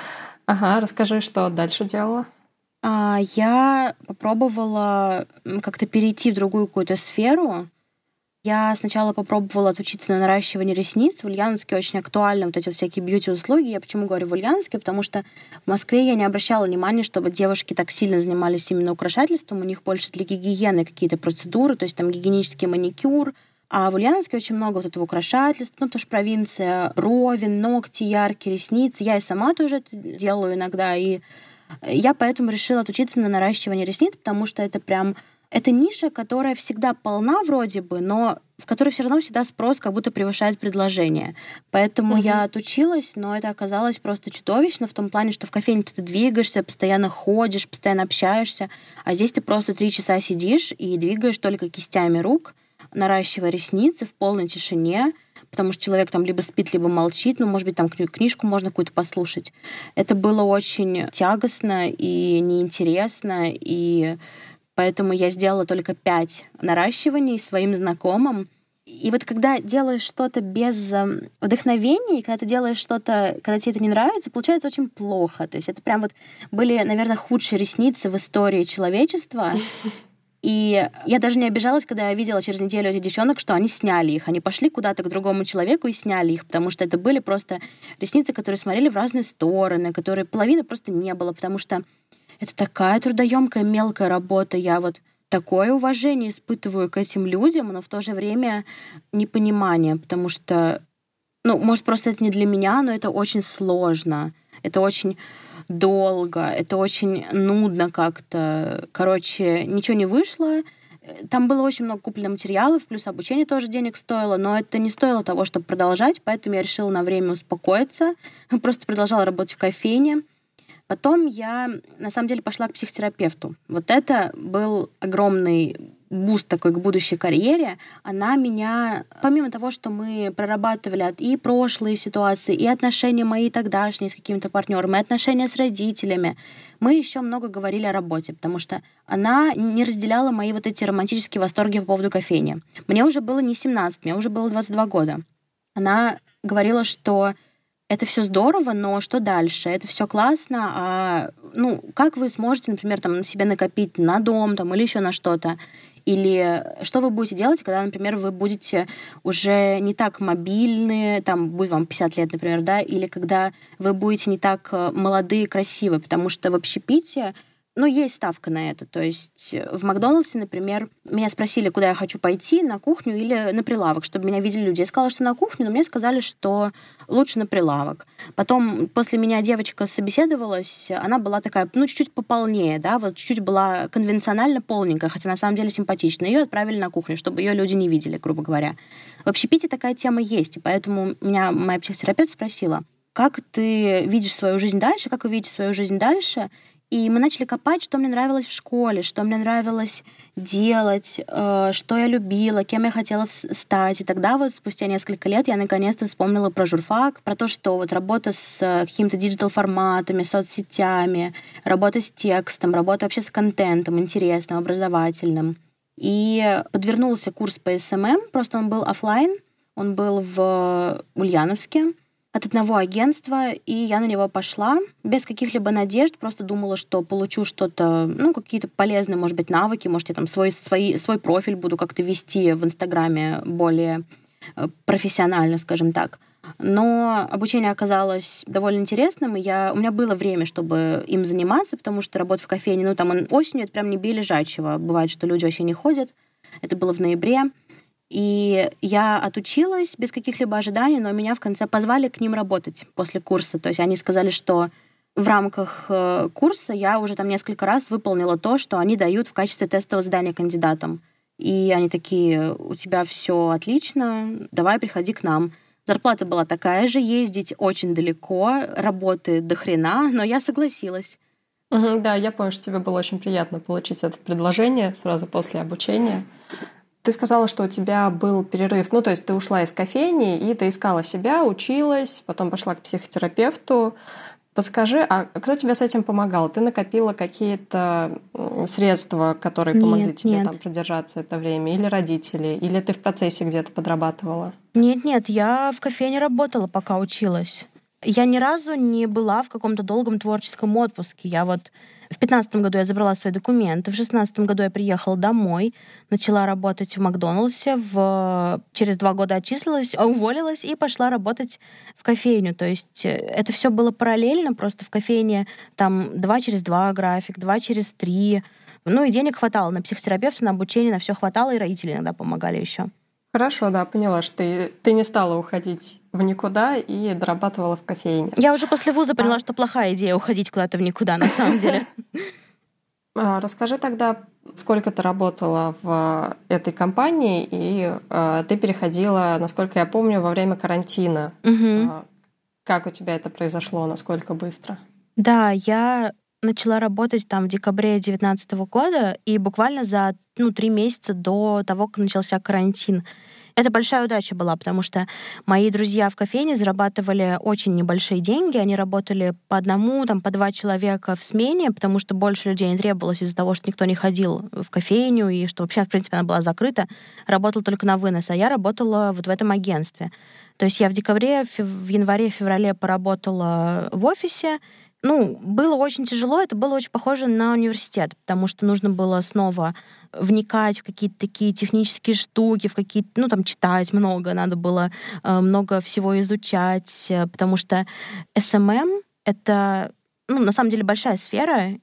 Ага, расскажи, что дальше делала? А, я попробовала м, как-то перейти в другую какую-то сферу. Я сначала попробовала отучиться на наращивание ресниц. В Ульяновске очень актуальны вот эти вот всякие бьюти-услуги. Я почему говорю в Ульяновске? Потому что в Москве я не обращала внимания, чтобы девушки так сильно занимались именно украшательством. У них больше для гигиены какие-то процедуры, то есть там гигиенический маникюр. А в Ульяновске очень много вот этого украшательства, ну, потому что провинция, брови, ногти яркие, ресницы. Я и сама тоже это делаю иногда. И я поэтому решила отучиться на наращивание ресниц, потому что это прям это ниша, которая всегда полна вроде бы, но в которой все равно всегда спрос как будто превышает предложение. Поэтому Мгм. я отучилась, но это оказалось просто чудовищно в том плане, что в кофейне ты двигаешься, постоянно ходишь, постоянно общаешься, а здесь ты просто три часа сидишь и двигаешь только кистями рук, наращивая ресницы в полной тишине, потому что человек там либо спит, либо молчит, ну, может быть, там кни- книжку можно какую-то послушать. Это было очень тягостно и неинтересно, и поэтому я сделала только пять наращиваний своим знакомым. И вот когда делаешь что-то без вдохновения, и когда ты делаешь что-то, когда тебе это не нравится, получается очень плохо. То есть это прям вот были, наверное, худшие ресницы в истории человечества. И я даже не обижалась, когда я видела через неделю этих девчонок, что они сняли их. Они пошли куда-то к другому человеку и сняли их, потому что это были просто ресницы, которые смотрели в разные стороны, которые половины просто не было, потому что это такая трудоемкая мелкая работа. Я вот такое уважение испытываю к этим людям, но в то же время непонимание, потому что, ну, может, просто это не для меня, но это очень сложно, это очень долго, это очень нудно как-то. Короче, ничего не вышло. Там было очень много купленных материалов, плюс обучение тоже денег стоило, но это не стоило того, чтобы продолжать, поэтому я решила на время успокоиться, просто продолжала работать в кофейне. Потом я, на самом деле, пошла к психотерапевту. Вот это был огромный буст такой к будущей карьере. Она меня, помимо того, что мы прорабатывали и прошлые ситуации, и отношения мои тогдашние с какими-то партнерами, и отношения с родителями, мы еще много говорили о работе, потому что она не разделяла мои вот эти романтические восторги по поводу кофейни. Мне уже было не семнадцать, мне уже было двадцать два года. Она говорила, что это все здорово, но что дальше? Это все классно, а ну, как вы сможете, например, там, на себе накопить на дом там, или еще на что-то? Или что вы будете делать, когда, например, вы будете уже не так мобильны, там, будет вам пятьдесят лет, например, да, или когда вы будете не так молодые и красивые, потому что в общепите, ну, есть ставка на это. То есть в Макдональдсе, например, меня спросили, куда я хочу пойти, на кухню или на прилавок, чтобы меня видели люди. Я сказала, что на кухню, но мне сказали, что лучше на прилавок. Потом после меня девочка собеседовалась, она была такая, ну, чуть-чуть пополнее, да, вот чуть-чуть была конвенционально полненькая, хотя на самом деле симпатичная. Ее отправили на кухню, чтобы ее люди не видели, грубо говоря. В общепите такая тема есть, и поэтому меня моя психотерапевт спросила, как ты видишь свою жизнь дальше, как вы видите свою жизнь дальше. И мы начали копать, что мне нравилось в школе, что мне нравилось делать, что я любила, кем я хотела стать. И тогда вот спустя несколько лет я наконец-то вспомнила про журфак, про то, что вот работа с какими-то диджитал-форматами, соцсетями, работа с текстом, работа вообще с контентом интересным, образовательным. И подвернулся курс по эс эм эм, просто он был офлайн, он был в Ульяновске, от одного агентства, и я на него пошла без каких-либо надежд, просто думала, что получу что-то, ну, какие-то полезные, может быть, навыки, может, я там свой, свой, свой профиль буду как-то вести в Инстаграме более профессионально, скажем так. Но обучение оказалось довольно интересным, и я, у меня было время, чтобы им заниматься, потому что работа в кофейне, ну, там осенью, это прям не бей лежачего. Бывает, что люди вообще не ходят. Это было в ноябре. И я отучилась без каких-либо ожиданий, но меня в конце позвали к ним работать после курса. То есть они сказали, что в рамках курса я уже там несколько раз выполнила то, что они дают в качестве тестового задания кандидатам. И они такие, у тебя все отлично, давай приходи к нам. Зарплата была такая же, ездить очень далеко, работы до хрена, но я согласилась. Угу, да, я помню, что тебе было очень приятно получить это предложение сразу после обучения. Ты сказала, что у тебя был перерыв, ну, то есть ты ушла из кофейни, и ты искала себя, училась, потом пошла к психотерапевту. Подскажи, а кто тебе с этим помогал? Ты накопила какие-то средства, которые Нет, помогли тебе нет. там продержаться это время? Или родители? Или ты в процессе где-то подрабатывала? Нет-нет, я в кофейне работала, пока училась. Я ни разу не была в каком-то долгом творческом отпуске. Я вот в пятнадцатом году я забрала свои документы, в шестнадцатом году я приехала домой, начала работать в Макдональдсе, в... через два года отчислилась, уволилась и пошла работать в кофейню. То есть это все было параллельно, просто в кофейне там два через два график, два через три. Ну и денег хватало на психотерапевта, на обучение, на все хватало, и родители иногда помогали еще. Хорошо, да, поняла, что ты, ты не стала уходить в никуда и дорабатывала в кофейне. Я уже после вуза поняла, а... что плохая идея уходить куда-то в никуда, на самом деле. Расскажи тогда, сколько ты работала в этой компании, и ты переходила, насколько я помню, во время карантина. Угу. Как у тебя это произошло, насколько быстро? Да, я начала работать там в декабре две тысячи девятнадцатого года, и буквально за ну, три месяца до того, как начался карантин. Это большая удача была, потому что мои друзья в кофейне зарабатывали очень небольшие деньги. Они работали по одному, там, по два человека в смене, потому что больше людей не требовалось из-за того, что никто не ходил в кофейню, и что вообще, в принципе, она была закрыта. Работала только на вынос, а я работала вот в этом агентстве. То есть я в декабре, в январе-феврале поработала в офисе. Ну, было очень тяжело, это было очень похоже на университет, потому что нужно было снова вникать в какие-то такие технические штуки, в какие-то, ну, там, читать много, надо было э, много всего изучать, э, потому что эс эм эм — это, ну, на самом деле большая сфера,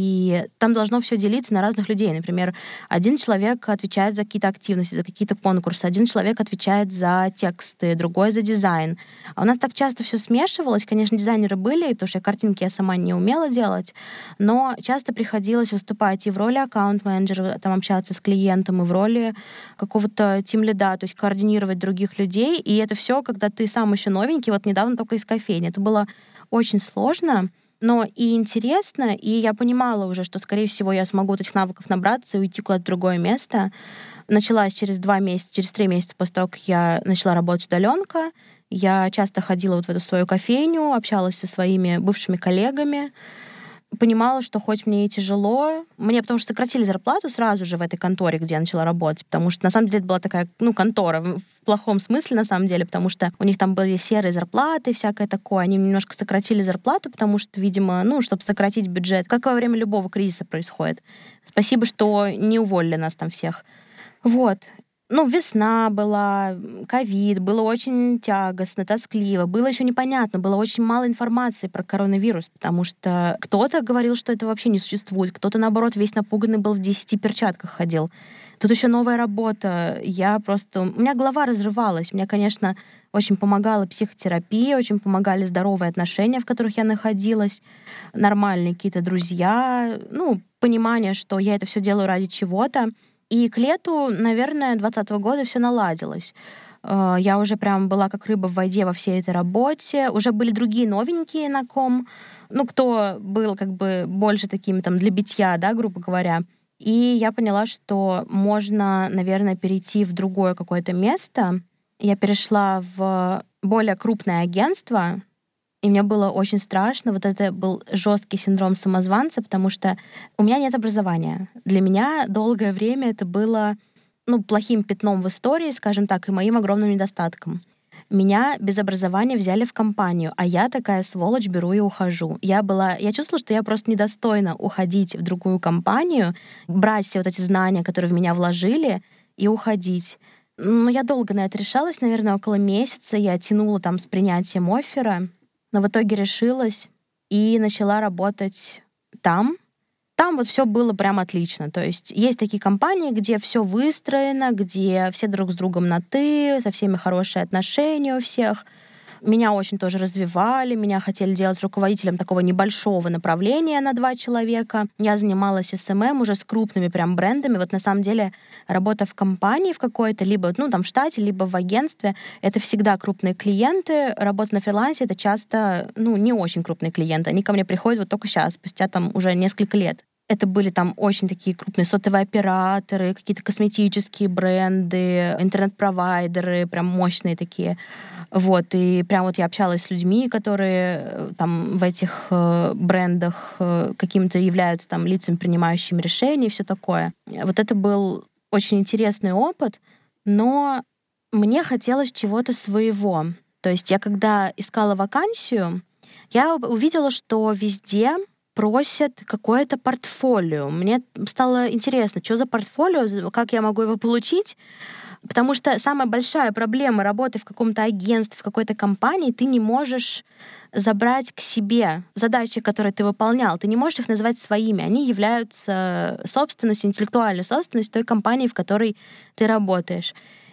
и там должно все делиться на разных людей. Например, один человек отвечает за какие-то активности, за какие-то конкурсы, один человек отвечает за тексты, другой за дизайн. А у нас так часто все смешивалось. Конечно, дизайнеры были, потому что картинки я сама не умела делать, но часто приходилось выступать и в роли аккаунт-менеджера, там общаться с клиентом, и в роли какого-то тимлида, то есть координировать других людей. И это все, когда ты сам еще новенький, вот недавно только из кофейни. Это было очень сложно, но и интересно, и я понимала уже, что, скорее всего, я смогу этих навыков набраться и уйти куда-то в другое место. Началась через два месяца, через три месяца после того, как я начала работать удаленка. Я часто ходила вот в эту свою кофейню, общалась со своими бывшими коллегами, понимала, что хоть мне и тяжело, мне потому что сократили зарплату сразу же в этой конторе, где я начала работать, потому что на самом деле это была такая, ну, контора в плохом смысле на самом деле, потому что у них там были серые зарплаты и всякое такое. Они немножко сократили зарплату, потому что, видимо, ну, чтобы сократить бюджет, как во время любого кризиса происходит. Спасибо, что не уволили нас там всех. Вот. Ну, весна была, ковид, было очень тягостно, тоскливо, было еще непонятно, было очень мало информации про коронавирус, потому что кто-то говорил, что это вообще не существует, кто-то, наоборот, весь напуганный был, в десяти перчатках ходил. Тут еще новая работа, я просто... У меня голова разрывалась, мне, конечно, очень помогала психотерапия, очень помогали здоровые отношения, в которых я находилась, нормальные какие-то друзья, ну, понимание, что я это все делаю ради чего-то. И к лету, наверное, двадцатого года все наладилось. Я уже прям была как рыба в воде во всей этой работе. Уже были другие новенькие на ком, ну, кто был как бы больше такими там для битья, да, грубо говоря. И я поняла, что можно, наверное, перейти в другое какое-то место. Я перешла в более крупное агентство, и мне было очень страшно. Вот это был жесткий синдром самозванца, потому что у меня нет образования. Для меня долгое время это было, ну, плохим пятном в истории, скажем так, и моим огромным недостатком. Меня без образования взяли в компанию, а я такая сволочь, беру и ухожу. Я была, я чувствовала, что я просто недостойна уходить в другую компанию, брать все вот эти знания, которые в меня вложили, и уходить. Но я долго на это решалась, наверное, около месяца. Я тянула там с принятием оффера, но в итоге решилась и начала работать там. Там вот все было прям отлично. То есть есть такие компании, где все выстроено, где все друг с другом на «ты», со всеми хорошие отношения у всех. Меня очень тоже развивали, меня хотели делать руководителем такого небольшого направления на два человека. Я занималась эс эм эм уже с крупными прям брендами. Вот на самом деле работа в компании в какой-то, либо ну, там в штате, либо в агентстве, это всегда крупные клиенты. Работа на фрилансе — это часто ну, не очень крупные клиенты. Они ко мне приходят вот только сейчас, спустя там уже несколько лет. Это были там очень такие крупные сотовые операторы, какие-то косметические бренды, интернет-провайдеры, прям мощные такие. Вот, и прям вот я общалась с людьми, которые там в этих э, брендах э, какими-то являются там лицами, принимающими решения и все такое. Вот это был очень интересный опыт, но мне хотелось чего-то своего. То есть я когда искала вакансию, я увидела, что везде просят какое-то портфолио. Мне стало интересно, что за портфолио, как я могу его получить, потому что самая большая проблема работы в каком-то агентстве, в какой-то компании, ты не можешь забрать к себе задачи, которые ты выполнял. Ты не можешь их называть своими. Они являются собственностью, интеллектуальной собственностью той компании, в которой ты работаешь.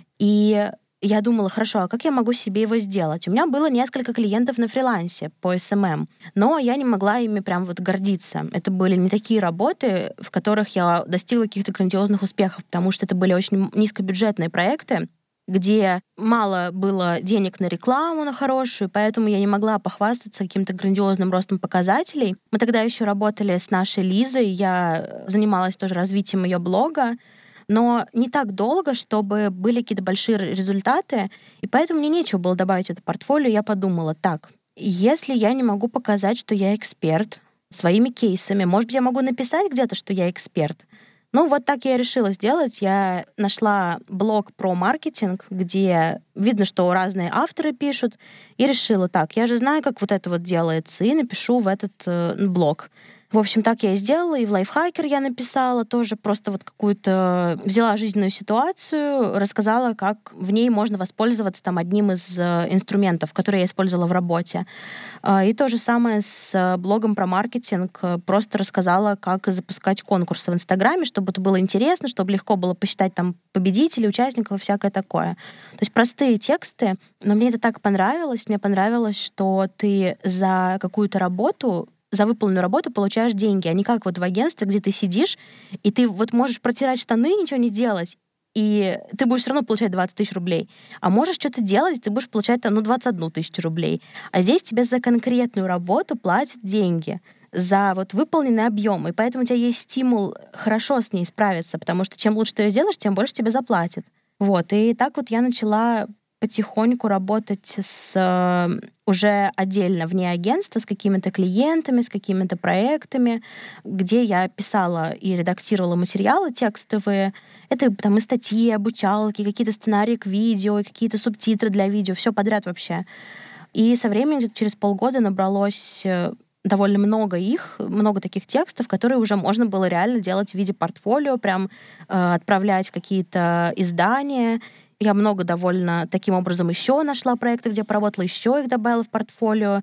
И я думала, хорошо, а как я могу себе его сделать? У меня было несколько клиентов на фрилансе по эс эм эм, но я не могла ими прям вот гордиться. Это были не такие работы, в которых я достигла каких-то грандиозных успехов, потому что это были очень низкобюджетные проекты, где мало было денег на рекламу, на хорошую, поэтому я не могла похвастаться каким-то грандиозным ростом показателей. Мы тогда еще работали с нашей Лизой, я занималась тоже развитием ее блога, но не так долго, чтобы были какие-то большие результаты, и поэтому мне нечего было добавить в это портфолио. Я подумала, так, если я не могу показать, что я эксперт своими кейсами, может быть, я могу написать где-то, что я эксперт. Ну, вот так я и решила сделать. Я нашла блог про маркетинг, где видно, что разные авторы пишут, и решила, так, я же знаю, как вот это вот делается, и напишу в этот э, блог. В общем, так я и сделала, и в Лайфхакер я написала тоже просто вот какую-то... Взяла жизненную ситуацию, рассказала, как в ней можно воспользоваться там одним из инструментов, которые я использовала в работе. И то же самое с блогом про маркетинг. Просто рассказала, как запускать конкурсы в Инстаграме, чтобы это было интересно, чтобы легко было посчитать там победителей, участников и всякое такое. То есть простые тексты, но мне это так понравилось. Мне понравилось, что ты за какую-то работу за выполненную работу получаешь деньги, а не как вот в агентстве, где ты сидишь, и ты вот можешь протирать штаны, ничего не делать, и ты будешь все равно получать двадцать тысяч рублей. А можешь что-то делать, и ты будешь получать там, ну, двадцать одну тысячу рублей. А здесь тебе за конкретную работу платят деньги, за вот выполненный объем. И поэтому у тебя есть стимул хорошо с ней справиться, потому что чем лучше ты ее сделаешь, тем больше тебе заплатят. Вот. И так вот я начала потихоньку работать с уже отдельно вне агентства с какими-то клиентами, с какими-то проектами, где я писала и редактировала материалы текстовые. Это там и статьи, и обучалки, какие-то сценарии к видео, и какие-то субтитры для видео, все подряд вообще. И со временем, где-то через полгода, набралось довольно много их, много таких текстов, которые уже можно было реально делать в виде портфолио, прям э, отправлять в какие-то издания. Я много довольно таким образом еще нашла проекты, где поработала, еще их добавила в портфолио.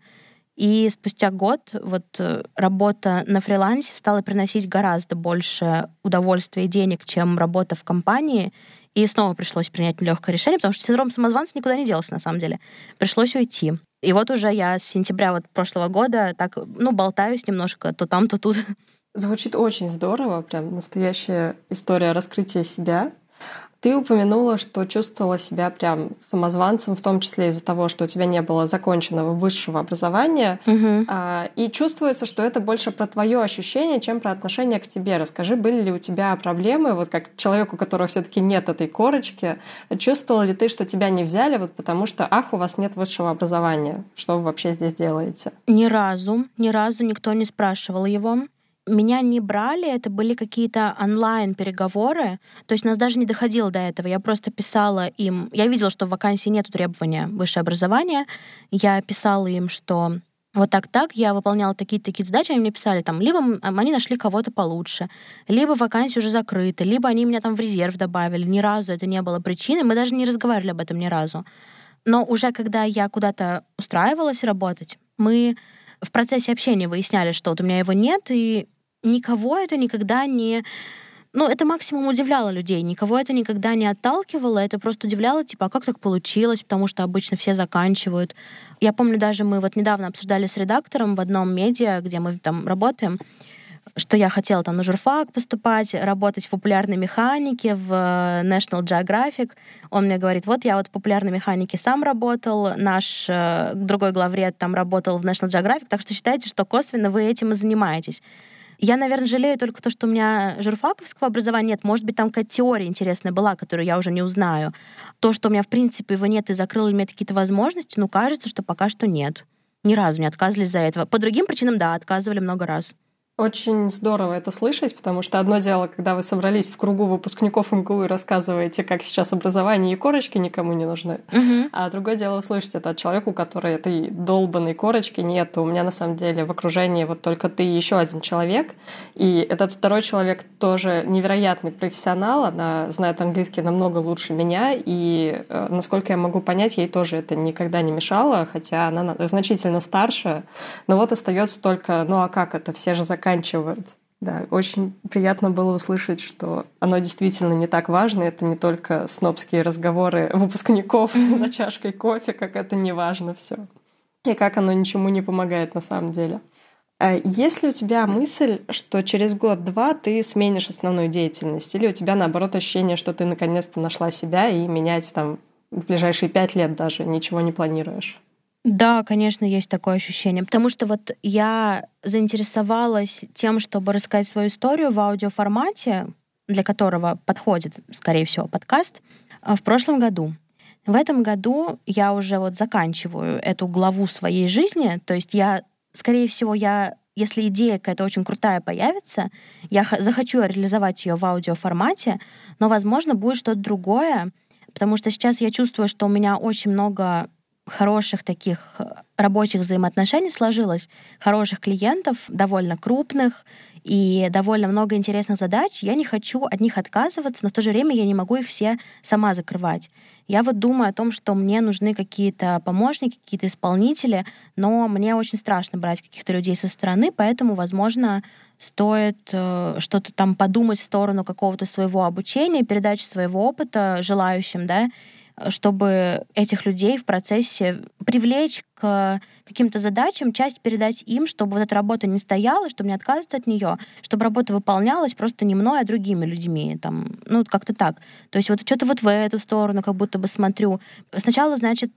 И спустя год вот работа на фрилансе стала приносить гораздо больше удовольствия и денег, чем работа в компании. И снова пришлось принять нелегкое решение, потому что синдром самозванца никуда не делся, на самом деле. Пришлось уйти. И вот уже я с сентября вот прошлого года так, ну, болтаюсь немножко то там, то тут. Звучит очень здорово, прям настоящая история раскрытия себя. Ты упомянула, что чувствовала себя прям самозванцем, в том числе из-за того, что у тебя не было законченного высшего образования. Угу. А, и чувствуется, что это больше про твое ощущение, чем про отношение к тебе. Расскажи, были ли у тебя проблемы, вот как человеку, у которого все-таки нет этой корочки, чувствовала ли ты, что тебя не взяли, вот потому что, ах, у вас нет высшего образования? Что вы вообще здесь делаете? Ни разу, ни разу никто не спрашивал его. Меня не брали, это были какие-то онлайн-переговоры, то есть нас даже не доходило до этого. Я просто писала им, я видела, что в вакансии нет требования высшее образование, я писала им, что вот так-так, я выполняла такие-такие задачи, они мне писали, там, либо они нашли кого-то получше, либо вакансия уже закрыта, либо они меня там в резерв добавили. Ни разу это не было причиной, мы даже не разговаривали об этом ни разу. Но уже когда я куда-то устраивалась работать, мы в процессе общения выясняли, что вот у меня его нет, и никого это никогда не... Ну, это максимум удивляло людей. Никого это никогда не отталкивало. Это просто удивляло, типа, а как так получилось? Потому что обычно все заканчивают. Я помню, даже мы вот недавно обсуждали с редактором в одном медиа, где мы там работаем, что я хотела там на журфак поступать, работать в популярной механике, в National Geographic. Он мне говорит, вот я вот в популярной механике сам работал, наш э, другой главред там работал в National Geographic, так что считайте, что косвенно вы этим и занимаетесь. Я, наверное, жалею только то, что у меня журфаковского образования нет. Может быть, там какая-то теория интересная была, которую я уже не узнаю. То, что у меня, в принципе, его нет и закрыло ли мне какие-то возможности, ну, кажется, что пока что нет. Ни разу не отказывались из-за этого. По другим причинам, да, отказывали много раз. Очень здорово это слышать, потому что одно дело, когда вы собрались в кругу выпускников эм гэ у и рассказываете, как сейчас образование и корочки никому не нужны, Uh-huh. а другое дело услышать это от человека, у которого этой долбанной корочки нет. У меня на самом деле в окружении вот только ты и еще один человек, и этот второй человек тоже невероятный профессионал, она знает английский намного лучше меня, и, насколько я могу понять, ей тоже это никогда не мешало, хотя она значительно старше, но вот остается только, ну а как это, все же заканчивают. Да, очень приятно было услышать, что оно действительно не так важно. Это не только снобские разговоры выпускников за чашкой кофе, как это не важно все. И как оно ничему не помогает на самом деле. Есть ли у тебя мысль, что через год-два ты сменишь основную деятельность? Или у тебя, наоборот, ощущение, что ты наконец-то нашла себя и менять там в ближайшие пять лет даже ничего не планируешь? Да, конечно, есть такое ощущение. Потому что вот я заинтересовалась тем, чтобы рассказать свою историю в аудиоформате для которого подходит, скорее всего, подкаст, в прошлом году. В этом году я уже вот заканчиваю эту главу своей жизни, то есть я, скорее всего, я, если идея какая-то очень крутая появится, я захочу реализовать ее в аудиоформате, но, возможно, будет что-то другое, потому что сейчас я чувствую, что у меня очень много хороших таких рабочих взаимоотношений сложилось, хороших клиентов, довольно крупных, и довольно много интересных задач. Я не хочу от них отказываться, но в то же время я не могу их все сама закрывать. Я вот думаю о том, что мне нужны какие-то помощники, какие-то исполнители, но мне очень страшно брать каких-то людей со стороны, поэтому, возможно, стоит э, что-то там подумать в сторону какого-то своего обучения, передачи своего опыта желающим, да, чтобы этих людей в процессе привлечь к каким-то задачам, часть передать им, чтобы вот эта работа не стояла, чтобы не отказываться от нее, чтобы работа выполнялась просто не мной, а другими людьми. Там, ну, как-то так. То есть вот что-то вот в эту сторону как будто бы смотрю. Сначала, значит,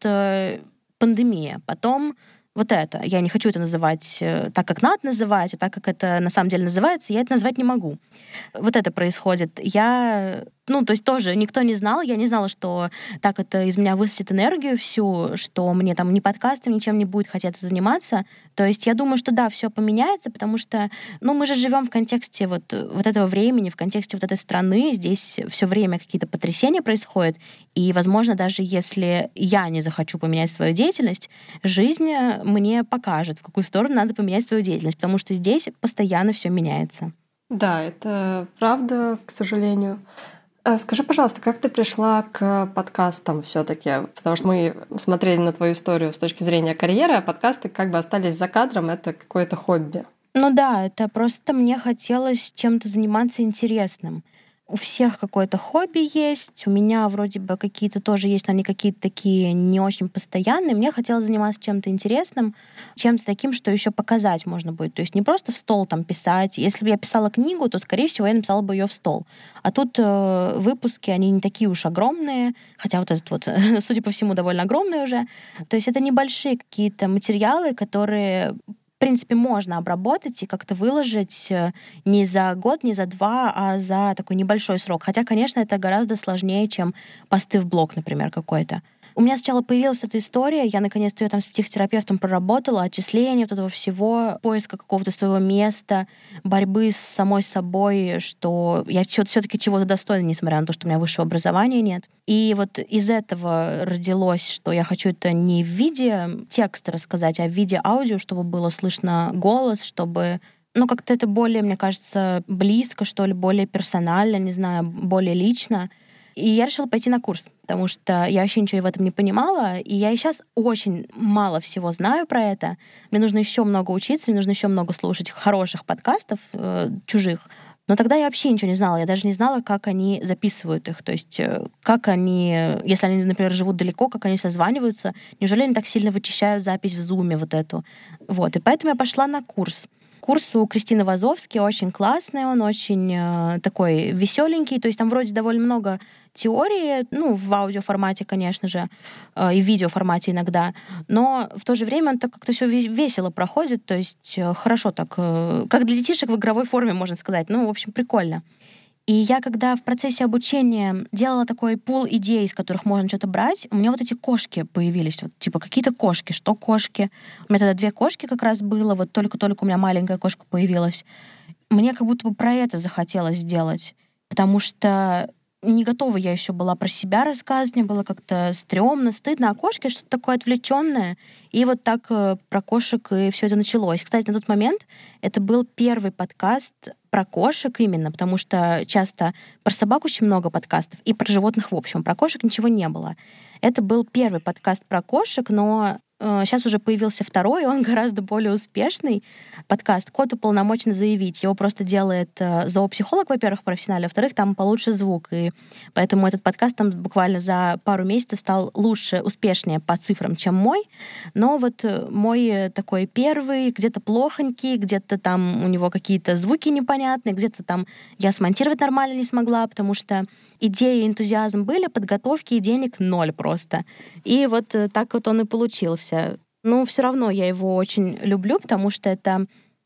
пандемия, потом вот это. Я не хочу это называть так, как надо называть, а так, как это на самом деле называется, я это назвать не могу. Вот это происходит. Я... Ну, то есть тоже никто не знал, я не знала, что так это из меня высосет энергию всю, что мне там ни подкастом, ничем не будет хотеться заниматься. То есть я думаю, что да, все поменяется, потому что, ну, мы же живем в контексте вот, вот этого времени, в контексте вот этой страны, здесь все время какие-то потрясения происходят, и, возможно, даже если я не захочу поменять свою деятельность, жизнь мне покажет, в какую сторону надо поменять свою деятельность, потому что здесь постоянно все меняется. Да, это правда, к сожалению. Скажи, пожалуйста, как ты пришла к подкастам все-таки? Потому что мы смотрели на твою историю с точки зрения карьеры, а подкасты как бы остались за кадром, это какое-то хобби. Ну да, это просто мне хотелось чем-то заниматься интересным. У всех какое-то хобби есть, у меня вроде бы какие-то тоже есть, но они какие-то такие не очень постоянные. Мне хотелось заниматься чем-то интересным, чем-то таким, что еще показать можно будет. То есть не просто в стол там писать. Если бы я писала книгу, то, скорее всего, я написала бы ее в стол. А тут э, выпуски, они не такие уж огромные, хотя вот этот вот, судя по всему, довольно огромный уже. То есть это небольшие какие-то материалы, которые... в принципе, можно обработать и как-то выложить не за год, не за два, а за такой небольшой срок. Хотя, конечно, это гораздо сложнее, чем посты в блог, например, какой-то. У меня сначала появилась эта история, я наконец-то ее там с психотерапевтом проработала, отчисления вот этого всего, поиска какого-то своего места, борьбы с самой собой, что я все-таки чего-то достойна, несмотря на то, что у меня высшего образования нет. И вот из этого родилось, что я хочу это не в виде текста рассказать, а в виде аудио, чтобы было слышно голос, чтобы ну, как-то это более, мне кажется, близко, что ли, более персонально, не знаю, более лично. И я решила пойти на курс, потому что я вообще ничего в этом не понимала, и я и сейчас очень мало всего знаю про это. Мне нужно еще много учиться, мне нужно еще много слушать хороших подкастов э, чужих. Но тогда я вообще ничего не знала. Я даже не знала, как они записывают их. То есть как они, если они, например, живут далеко, как они созваниваются. Неужели они так сильно вычищают запись в Зуме вот эту? Вот. И поэтому я пошла на курс. Курс у Кристины Вазовски очень классный, он очень э, такой веселенький, то есть там вроде довольно много теории, ну, в аудиоформате, конечно же, э, и в видеоформате иногда, но в то же время он так как-то все весело проходит, то есть э, хорошо так, э, как для детишек в игровой форме, можно сказать, ну, в общем, прикольно. И я, когда в процессе обучения делала такой пул идей, из которых можно что-то брать, у меня вот эти кошки появились. Вот, типа, какие-то кошки. Что кошки? У меня тогда две кошки как раз было. Вот только-только у меня маленькая кошка появилась. Мне как будто бы про это захотелось сделать. Потому что не готова я еще была про себя рассказывать. Мне было как-то стрёмно, стыдно. А кошки что-то такое отвлеченное. И вот так про кошек и все это началось. Кстати, на тот момент это был первый подкаст про кошек именно, потому что часто про собак очень много подкастов, и про животных в общем. Про кошек ничего не было. Это был первый подкаст про кошек, но э, сейчас уже появился второй, он гораздо более успешный. Подкаст «Кот уполномочен заявить». Его просто делает э, зоопсихолог, во-первых, профессиональный, во-вторых, там получше звук. И поэтому этот подкаст там буквально за пару месяцев стал лучше, успешнее по цифрам, чем мой. Но вот мой такой первый, где-то плохонький, где-то там у него какие-то звуки непонятные, где-то там я смонтировать нормально не смогла, потому что идеи и энтузиазм были, подготовки и денег ноль просто. И вот так вот он и получился. Но все равно я его очень люблю, потому что это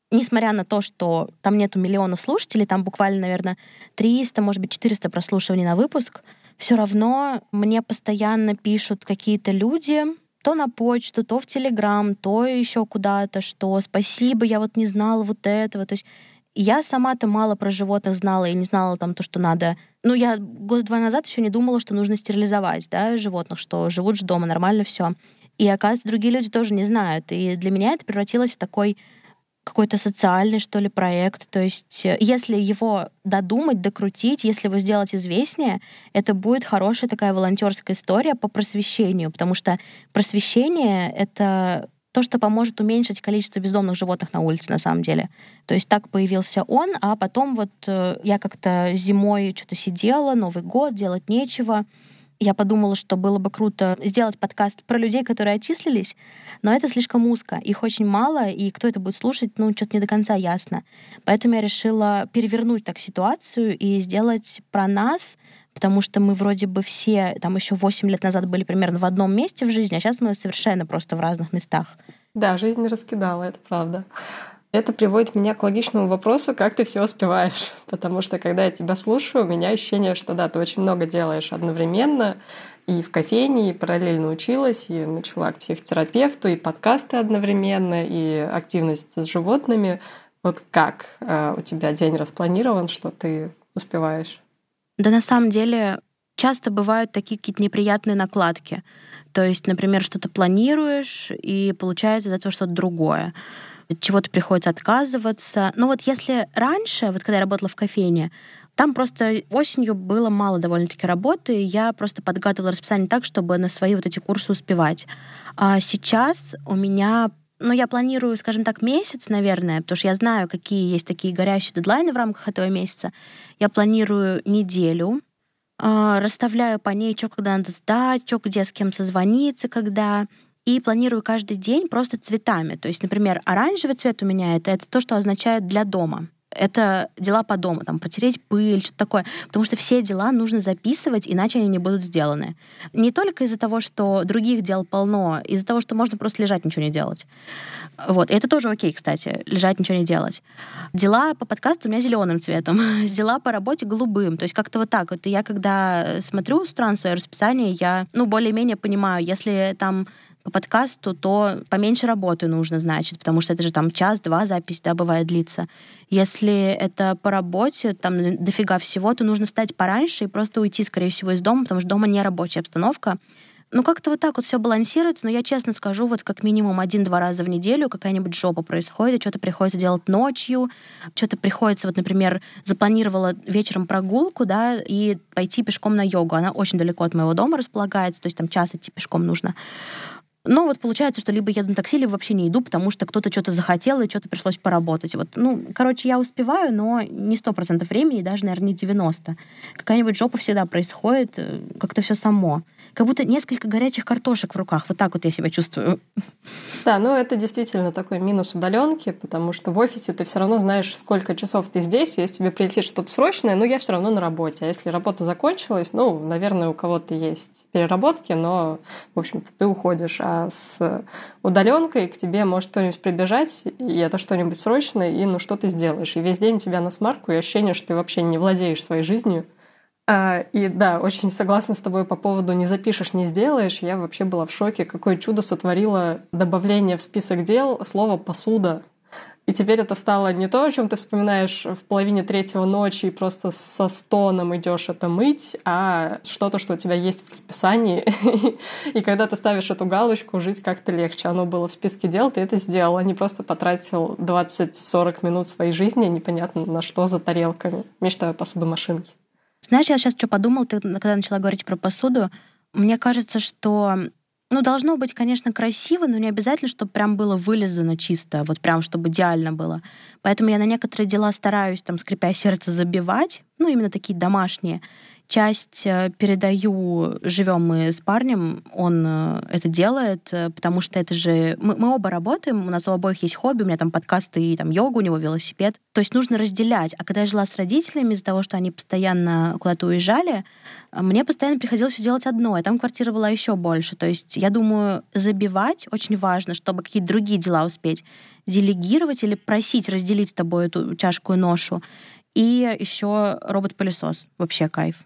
несмотря на то, что там нету миллионов слушателей, там буквально, наверное, триста, может быть, четыреста прослушиваний на выпуск, все равно мне постоянно пишут какие-то люди, то на почту, то в Телеграм, то еще куда-то, что спасибо, я вот не знала вот этого. То есть я сама-то мало про животных знала и не знала там то, что надо. Ну, я год два назад еще не думала, что нужно стерилизовать, да, животных, что живут же дома, нормально все. И, оказывается, другие люди тоже не знают. И для меня это превратилось в такой какой-то социальный, что ли, проект. То есть если его додумать, докрутить, если его сделать известнее, это будет хорошая такая волонтерская история по просвещению, потому что просвещение — это то, что поможет уменьшить количество бездомных животных на улице, на самом деле. То есть так появился он, а потом вот я как-то зимой что-то сидела, Новый год, делать нечего. Я подумала, что было бы круто сделать подкаст про людей, которые отчислились, но это слишком узко. Их очень мало, и кто это будет слушать, ну, что-то не до конца ясно. Поэтому я решила перевернуть так ситуацию и сделать про нас, потому что мы вроде бы все там еще восемь лет назад были примерно в одном месте в жизни, а сейчас мы совершенно просто в разных местах. Да, жизнь раскидала, это правда. Это приводит меня к логичному вопросу, как ты все успеваешь. Потому что, когда я тебя слушаю, у меня ощущение, что да, ты очень много делаешь одновременно. И в кофейне, и параллельно училась, и начала к психотерапевту, и подкасты одновременно, и активность с животными. Вот как э, у тебя день распланирован, что ты успеваешь? Да, на самом деле, часто бывают такие какие-то неприятные накладки. То есть, например, что-то планируешь, и получается из этого что-то другое. От чего-то приходится отказываться. Но вот если раньше, вот когда я работала в кофейне, там просто осенью было мало довольно-таки работы, и я просто подгадывала расписание так, чтобы на свои вот эти курсы успевать. А сейчас у меня, ну, я планирую, скажем так, месяц, наверное, потому что я знаю, какие есть такие горящие дедлайны в рамках этого месяца. Я планирую неделю, расставляю по ней, что когда надо сдать, что где с кем созвониться, когда... И планирую каждый день просто цветами. То есть, например, оранжевый цвет у меня — это, это то, что означает «для дома». Это дела по дому, там, протереть пыль, что-то такое. Потому что все дела нужно записывать, иначе они не будут сделаны. Не только из-за того, что других дел полно, из-за того, что можно просто лежать, ничего не делать. Вот. И это тоже окей, кстати, лежать, ничего не делать. Дела по подкасту у меня зеленым цветом, дела по работе голубым. То есть как-то вот так вот. И я, когда смотрю с утра на свое расписание, я, ну, более-менее понимаю, если там по подкасту, то поменьше работы нужно, значит, потому что это же там час-два запись, да, бывает, длится. Если это по работе, там дофига всего, то нужно встать пораньше и просто уйти, скорее всего, из дома, потому что дома не рабочая обстановка. Ну, как-то вот так вот все балансируется, но я честно скажу, вот как минимум один-два раза в неделю какая-нибудь жопа происходит, что-то приходится делать ночью, что-то приходится, вот, например, запланировала вечером прогулку, да, и пойти пешком на йогу. Она очень далеко от моего дома располагается, то есть там час идти пешком нужно. Ну, вот получается, что либо еду на такси, либо вообще не иду, потому что кто-то что-то захотел, и что-то пришлось поработать. Вот, ну, короче, я успеваю, но не сто процентов времени, даже, наверное, не девяносто процентов. Какая-нибудь жопа всегда происходит, как-то все само. Как будто несколько горячих картошек в руках. Вот так вот я себя чувствую. Да, ну это действительно такой минус удаленки, потому что в офисе ты все равно знаешь, сколько часов ты здесь. Если тебе прилетит что-то срочное, ну я все равно на работе. А если работа закончилась, ну, наверное, у кого-то есть переработки, но, в общем-то, ты уходишь. А с удаленкой к тебе может кто-нибудь прибежать, и это что-нибудь срочное, и ну что ты сделаешь? И весь день у тебя на смарку, и ощущение, что ты вообще не владеешь своей жизнью. А, и да, очень согласна с тобой по поводу «не запишешь, не сделаешь». Я вообще была в шоке, какое чудо сотворило добавление в список дел слова «посуда». И теперь это стало не то, о чем ты вспоминаешь в половине третьего ночи и просто со стоном идешь это мыть, а что-то, что у тебя есть в расписании. И когда ты ставишь эту галочку, жить как-то легче. Оно было в списке дел, ты это сделал, а не просто потратил двадцать-сорок минут своей жизни непонятно на что за тарелками. Мечтаю о посудомашинке. Знаешь, я сейчас что подумала, ты когда начала говорить про посуду, мне кажется, что, ну, должно быть, конечно, красиво, но не обязательно, чтобы прям было вылизано чисто, вот прям, чтобы идеально было. Поэтому я на некоторые дела стараюсь, там, скрипя сердце, забивать, ну, именно такие домашние. Часть э, передаю, живем мы с парнем, он э, это делает, э, потому что это же... Мы, мы оба работаем, у нас у обоих есть хобби, у меня там подкасты и там йога, у него велосипед. То есть нужно разделять. А когда я жила с родителями, из-за того, что они постоянно куда-то уезжали, э, мне постоянно приходилось все делать одно, а там квартира была еще больше. То есть я думаю, забивать очень важно, чтобы какие-то другие дела успеть. Делегировать или просить разделить с тобой эту тяжкую ношу. И еще робот-пылесос. Вообще кайф.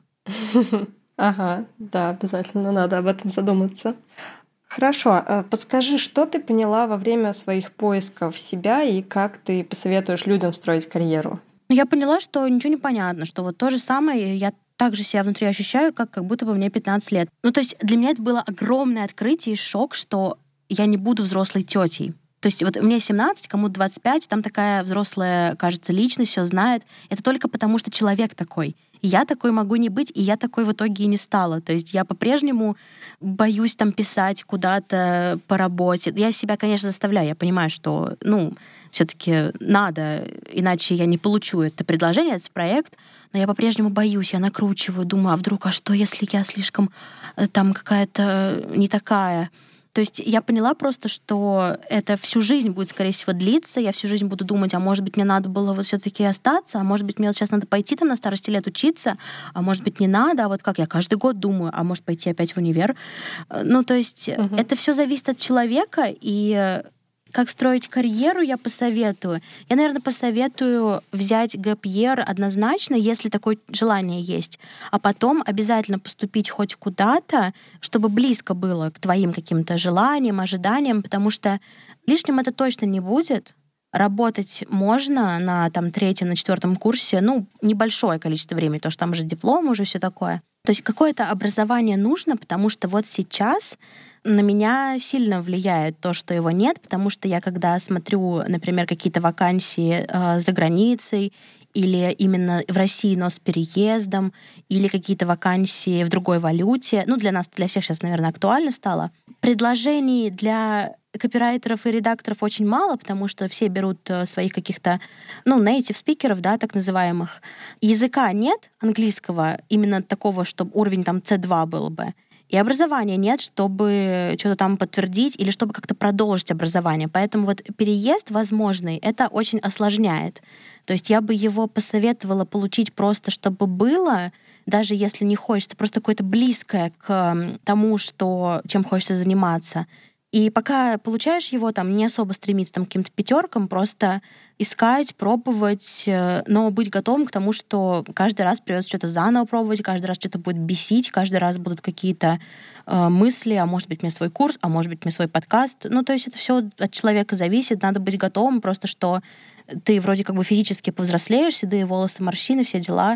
Ага, да, обязательно надо об этом задуматься. Хорошо, а подскажи, что ты поняла во время своих поисков себя и как ты посоветуешь людям строить карьеру? Я поняла, что ничего не понятно, что вот то же самое я так же себя внутри ощущаю, как, как будто бы мне пятнадцать лет. Ну, то есть для меня это было огромное открытие и шок, что я не буду взрослой тетей. То есть вот мне семнадцать, кому-то двадцать пять, там такая взрослая, кажется, личность, все знает. Это только потому, что человек такой. И я такой могу не быть, и я такой в итоге и не стала. То есть я по-прежнему боюсь там писать куда-то по работе. Я себя, конечно, заставляю. Я понимаю, что, ну, все-таки надо, иначе я не получу это предложение, этот проект. Но я по-прежнему боюсь, я накручиваю, думаю, а вдруг, а что, если я слишком э, там какая-то не такая? То есть я поняла просто, что это всю жизнь будет, скорее всего, длиться. Я всю жизнь буду думать, а может быть, мне надо было вот все-таки остаться, а может быть, мне вот сейчас надо пойти там на старости лет учиться, а может быть, не надо, а вот как я каждый год думаю, а может пойти опять в универ. Ну, то есть угу. Это все зависит от человека, и как строить карьеру, я посоветую. Я, наверное, посоветую взять гэп йир однозначно, если такое желание есть, а потом обязательно поступить хоть куда-то, чтобы близко было к твоим каким-то желаниям, ожиданиям, потому что лишним это точно не будет. Работать можно на там, третьем, на четвертом курсе, ну, небольшое количество времени, потому что там уже диплом, уже все такое. То есть какое-то образование нужно, потому что вот сейчас на меня сильно влияет то, что его нет, потому что я, когда смотрю, например, какие-то вакансии э, за границей или именно в России, но с переездом, или какие-то вакансии в другой валюте, ну, для нас, для всех сейчас, наверное, актуально стало, предложений для копирайтеров и редакторов очень мало, потому что все берут своих каких-то, ну, native спикеров, да, так называемых. Языка нет английского, именно такого, чтобы уровень там си два был бы. И образования нет, чтобы что-то там подтвердить или чтобы как-то продолжить образование. Поэтому вот переезд возможный, это очень осложняет. То есть я бы его посоветовала получить просто, чтобы было, даже если не хочется, просто какое-то близкое к тому, что, чем хочется заниматься. И пока получаешь его, там, не особо стремиться там, к каким-то пятеркам, просто искать, пробовать, но быть готовым к тому, что каждый раз придется что-то заново пробовать, каждый раз что-то будет бесить, каждый раз будут какие-то э, мысли, а может быть, мне свой курс, а может быть, мне свой подкаст. Ну, то есть это все от человека зависит, надо быть готовым, просто что ты вроде как бы физически повзрослеешь, седые волосы, морщины, все дела,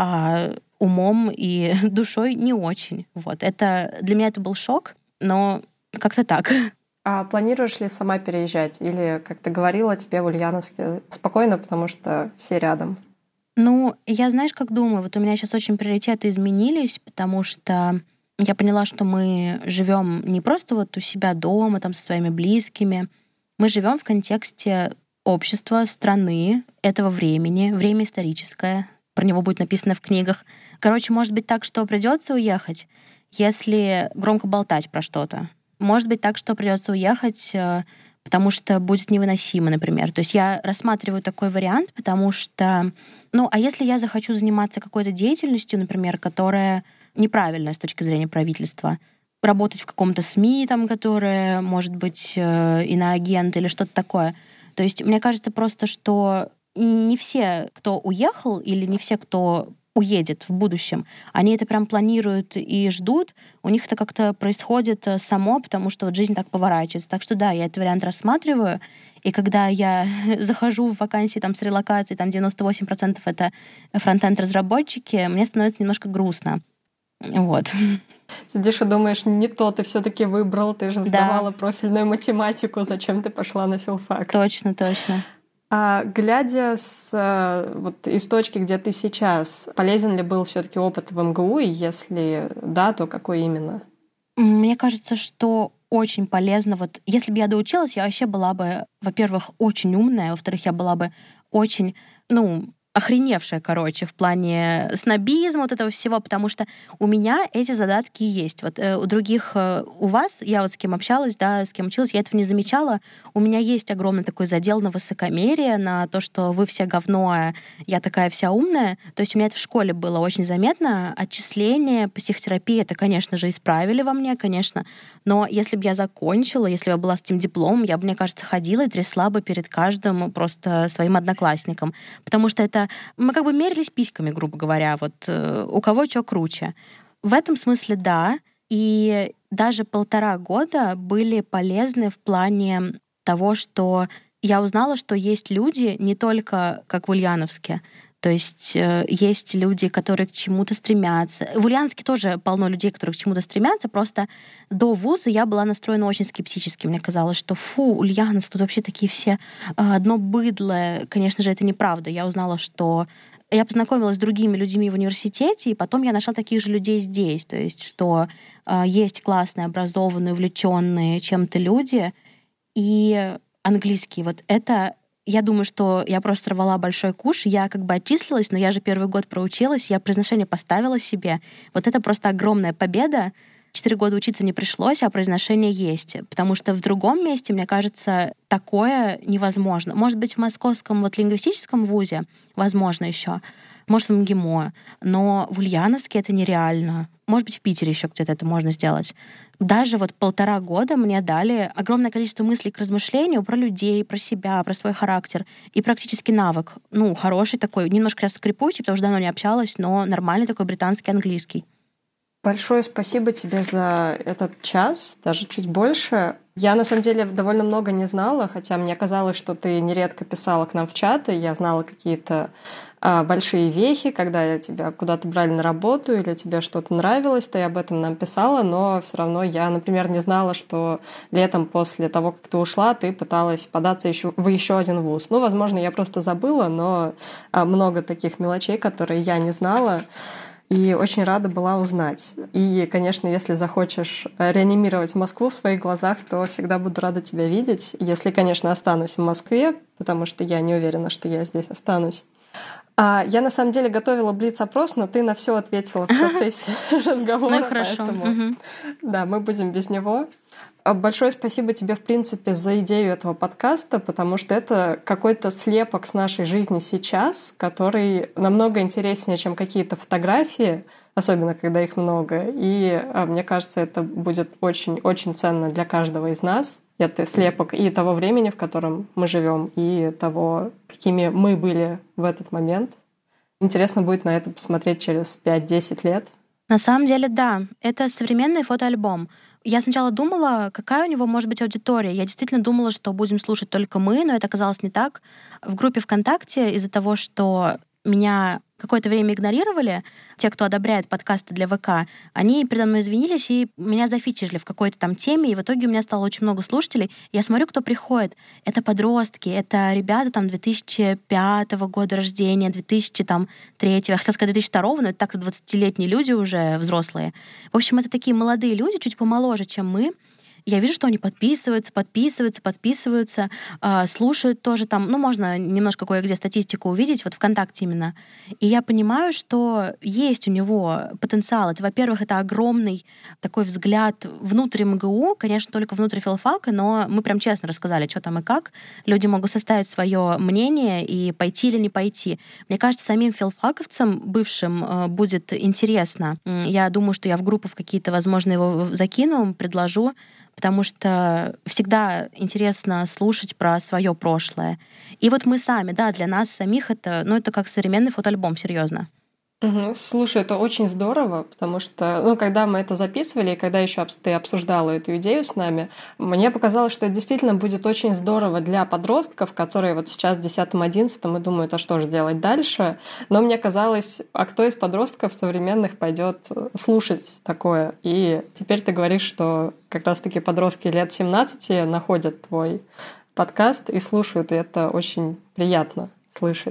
а умом и душой не очень. Вот. Это, для меня это был шок, но как-то так. А планируешь ли сама переезжать? Или, как ты говорила, тебе в Ульяновске спокойно, потому что все рядом? Ну, я, знаешь, как думаю, вот у меня сейчас очень приоритеты изменились, потому что я поняла, что мы живем не просто вот у себя дома, там, со своими близкими, мы живем в контексте общества, страны, этого времени, время историческое, про него будет написано в книгах. Короче, может быть так, что придется уехать, если громко болтать про что-то. Может быть так, что придется уехать, потому что будет невыносимо, например. То есть я рассматриваю такой вариант, потому что, ну, а если я захочу заниматься какой-то деятельностью, например, которая неправильная с точки зрения правительства, работать в каком-то СМИ, там, которое, может быть, иноагент или что-то такое. То есть мне кажется просто, что не все, кто уехал, или не все, кто уедет в будущем, они это прям планируют и ждут, у них это как-то происходит само, потому что вот жизнь так поворачивается. Так что да, я этот вариант рассматриваю, и когда я захожу в вакансии там, с релокацией, там девяносто восемь процентов это фронтенд-разработчики, мне становится немножко грустно. Вот. Сидишь и думаешь, не то ты все-таки выбрал, ты же сдавала да. профильную математику, зачем ты пошла на филфак? Точно, точно. А глядя с, вот, из точки, где ты сейчас, полезен ли был все-таки опыт в эм гэ у, и если да, то какой именно? Мне кажется, что очень полезно. Вот если бы я доучилась, я вообще была бы, во-первых, очень умная, во-вторых, я была бы очень, ну, охреневшая, короче, в плане снобизма, вот этого всего, потому что у меня эти задатки есть. Вот э, у других, э, у вас, я вот с кем общалась, да, с кем училась, я этого не замечала. У меня есть огромный такой задел на высокомерие, на то, что вы все говно, а я такая вся умная. То есть у меня это в школе было очень заметно. Отчисление, психотерапия, это, конечно же, исправили во мне, конечно. Но если бы я закончила, если бы я была с этим дипломом, я бы, мне кажется, ходила и трясла бы перед каждым просто своим одноклассником. Потому что это... Мы как бы мерились письками, грубо говоря, вот э, у кого что круче. В этом смысле да. И даже полтора года были полезны в плане того, что я узнала, что есть люди не только как в Ульяновске. То есть э, есть люди, которые к чему-то стремятся. В Ульяновске тоже полно людей, которые к чему-то стремятся. Просто до вуза я была настроена очень скептически. Мне казалось, что фу, Ульяновск, тут вообще такие все э, одно быдло. Конечно же, это неправда. Я узнала, что я познакомилась с другими людьми в университете, и потом я нашла таких же людей здесь. То есть, что э, есть классные, образованные, увлеченные чем-то люди. И английский, вот это... Я думаю, что я просто сорвала большой куш, я как бы отчислилась, но я же первый год проучилась, я произношение поставила себе. Вот это просто огромная победа. Четыре года учиться не пришлось, а произношение есть. Потому что в другом месте, мне кажется, такое невозможно. Может быть, в московском вот лингвистическом вузе возможно еще, может, в МГИМО, но в Ульяновске это нереально. Может быть, в Питере еще где-то это можно сделать. Даже вот полтора года мне дали огромное количество мыслей к размышлению про людей, про себя, про свой характер и практически навык. Ну, хороший такой, немножко скрипучий, потому что давно не общалась, но нормальный такой британский английский. Большое спасибо тебе за этот час, даже чуть больше. Я, на самом деле, довольно много не знала, хотя мне казалось, что ты нередко писала к нам в чаты, я знала какие-то а, большие вехи, когда тебя куда-то брали на работу или тебе что-то нравилось, ты об этом нам писала, но все равно я, например, не знала, что летом после того, как ты ушла, ты пыталась податься еще в еще один вуз. Ну, возможно, я просто забыла, но а, много таких мелочей, которые я не знала, и очень рада была узнать. И, конечно, если захочешь реанимировать Москву в своих глазах, то всегда буду рада тебя видеть. Если, конечно, останусь в Москве, потому что я не уверена, что я здесь останусь. А я, на самом деле, готовила блиц-опрос, но ты на все ответила в процессе разговора. Ну, хорошо. Поэтому, да, мы будем без него. Большое спасибо тебе, в принципе, за идею этого подкаста, потому что это какой-то слепок с нашей жизни сейчас, который намного интереснее, чем какие-то фотографии, особенно когда их много. И мне кажется, это будет очень-очень ценно для каждого из нас. Это слепок и того времени, в котором мы живем, и того, какими мы были в этот момент. Интересно будет на это посмотреть через пять-десять лет. На самом деле, да. Это современный фотоальбом. Я сначала думала, какая у него может быть аудитория. Я действительно думала, что будем слушать только мы, но это оказалось не так. В группе ВКонтакте из-за того, что меня какое-то время игнорировали, те, кто одобряет подкасты для ВК, они передо мной извинились и меня зафичерили в какой-то там теме, и в итоге у меня стало очень много слушателей. Я смотрю, кто приходит. Это подростки, это ребята там две тысячи пятого года рождения, две тысячи третьего, я хотела сказать две тысячи второго, но это так-то двадцатилетние люди уже взрослые. В общем, это такие молодые люди, чуть помоложе, чем мы. Я вижу, что они подписываются, подписываются, подписываются, э, слушают тоже там. Ну, можно немножко кое-где статистику увидеть, вот ВКонтакте именно. И я понимаю, что есть у него потенциал. Это, во-первых, это огромный такой взгляд внутрь МГУ, конечно, только внутрь филфака, но мы прям честно рассказали, что там и как. Люди могут составить свое мнение и пойти или не пойти. Мне кажется, самим филфаковцам, бывшим, э, будет интересно. Я думаю, что я в группу в какие-то, возможно, его закину, предложу, потому что всегда интересно слушать про свое прошлое. И вот мы сами, да, для нас самих это, ну, это как современный фотоальбом, серьезно. Угу. Слушай, это очень здорово, потому что, ну, когда мы это записывали, и когда еще ты обсуждала эту идею с нами, мне показалось, что это действительно будет очень здорово для подростков, которые вот сейчас в десятом-одиннадцатом и думают, а что же делать дальше. Но мне казалось, а кто из подростков современных пойдет слушать такое? И теперь ты говоришь, что как раз-таки подростки лет семнадцати находят твой подкаст и слушают, и это очень приятно слышать.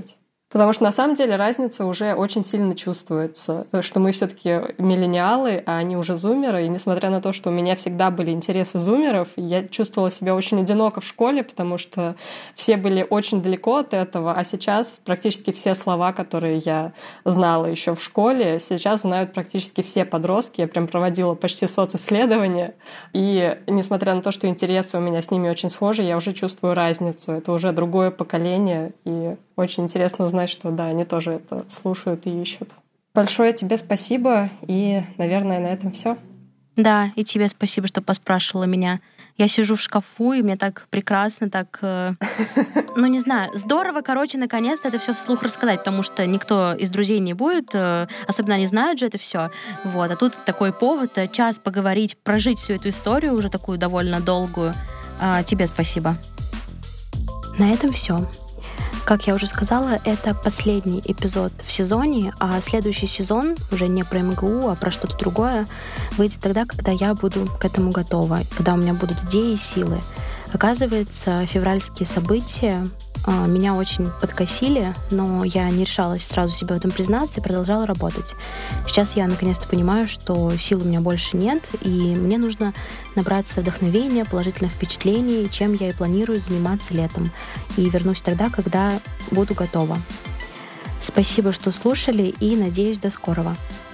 Потому что на самом деле разница уже очень сильно чувствуется, что мы все-таки миллениалы, а они уже зумеры. И несмотря на то, что у меня всегда были интересы зумеров, я чувствовала себя очень одиноко в школе, потому что все были очень далеко от этого, а сейчас практически все слова, которые я знала еще в школе, сейчас знают практически все подростки. Я прям проводила почти социсследования. И несмотря на то, что интересы у меня с ними очень схожи, я уже чувствую разницу. Это уже другое поколение, и очень интересно узнать, что да, они тоже это слушают и ищут. Большое тебе спасибо, и, наверное, на этом все. Да, и тебе спасибо, что поспрашивала меня. Я сижу в шкафу, и мне так прекрасно, так... Э, ну, не знаю, здорово, короче, наконец-то это все вслух рассказать, потому что никто из друзей не будет, э, особенно они знают же это все. Вот, а тут такой повод, э, час поговорить, прожить всю эту историю, уже такую довольно долгую. Э, тебе спасибо. На этом все. Как я уже сказала, это последний эпизод в сезоне, а следующий сезон, уже не про эм гэ у, а про что-то другое, выйдет тогда, когда я буду к этому готова, когда у меня будут идеи и силы. Оказывается, февральские события э, меня очень подкосили, но я не решалась сразу себе в этом признаться и продолжала работать. Сейчас я наконец-то понимаю, что сил у меня больше нет, и мне нужно набраться вдохновения, положительных впечатлений, чем я и планирую заниматься летом. И вернусь тогда, когда буду готова. Спасибо, что слушали, и надеюсь, до скорого.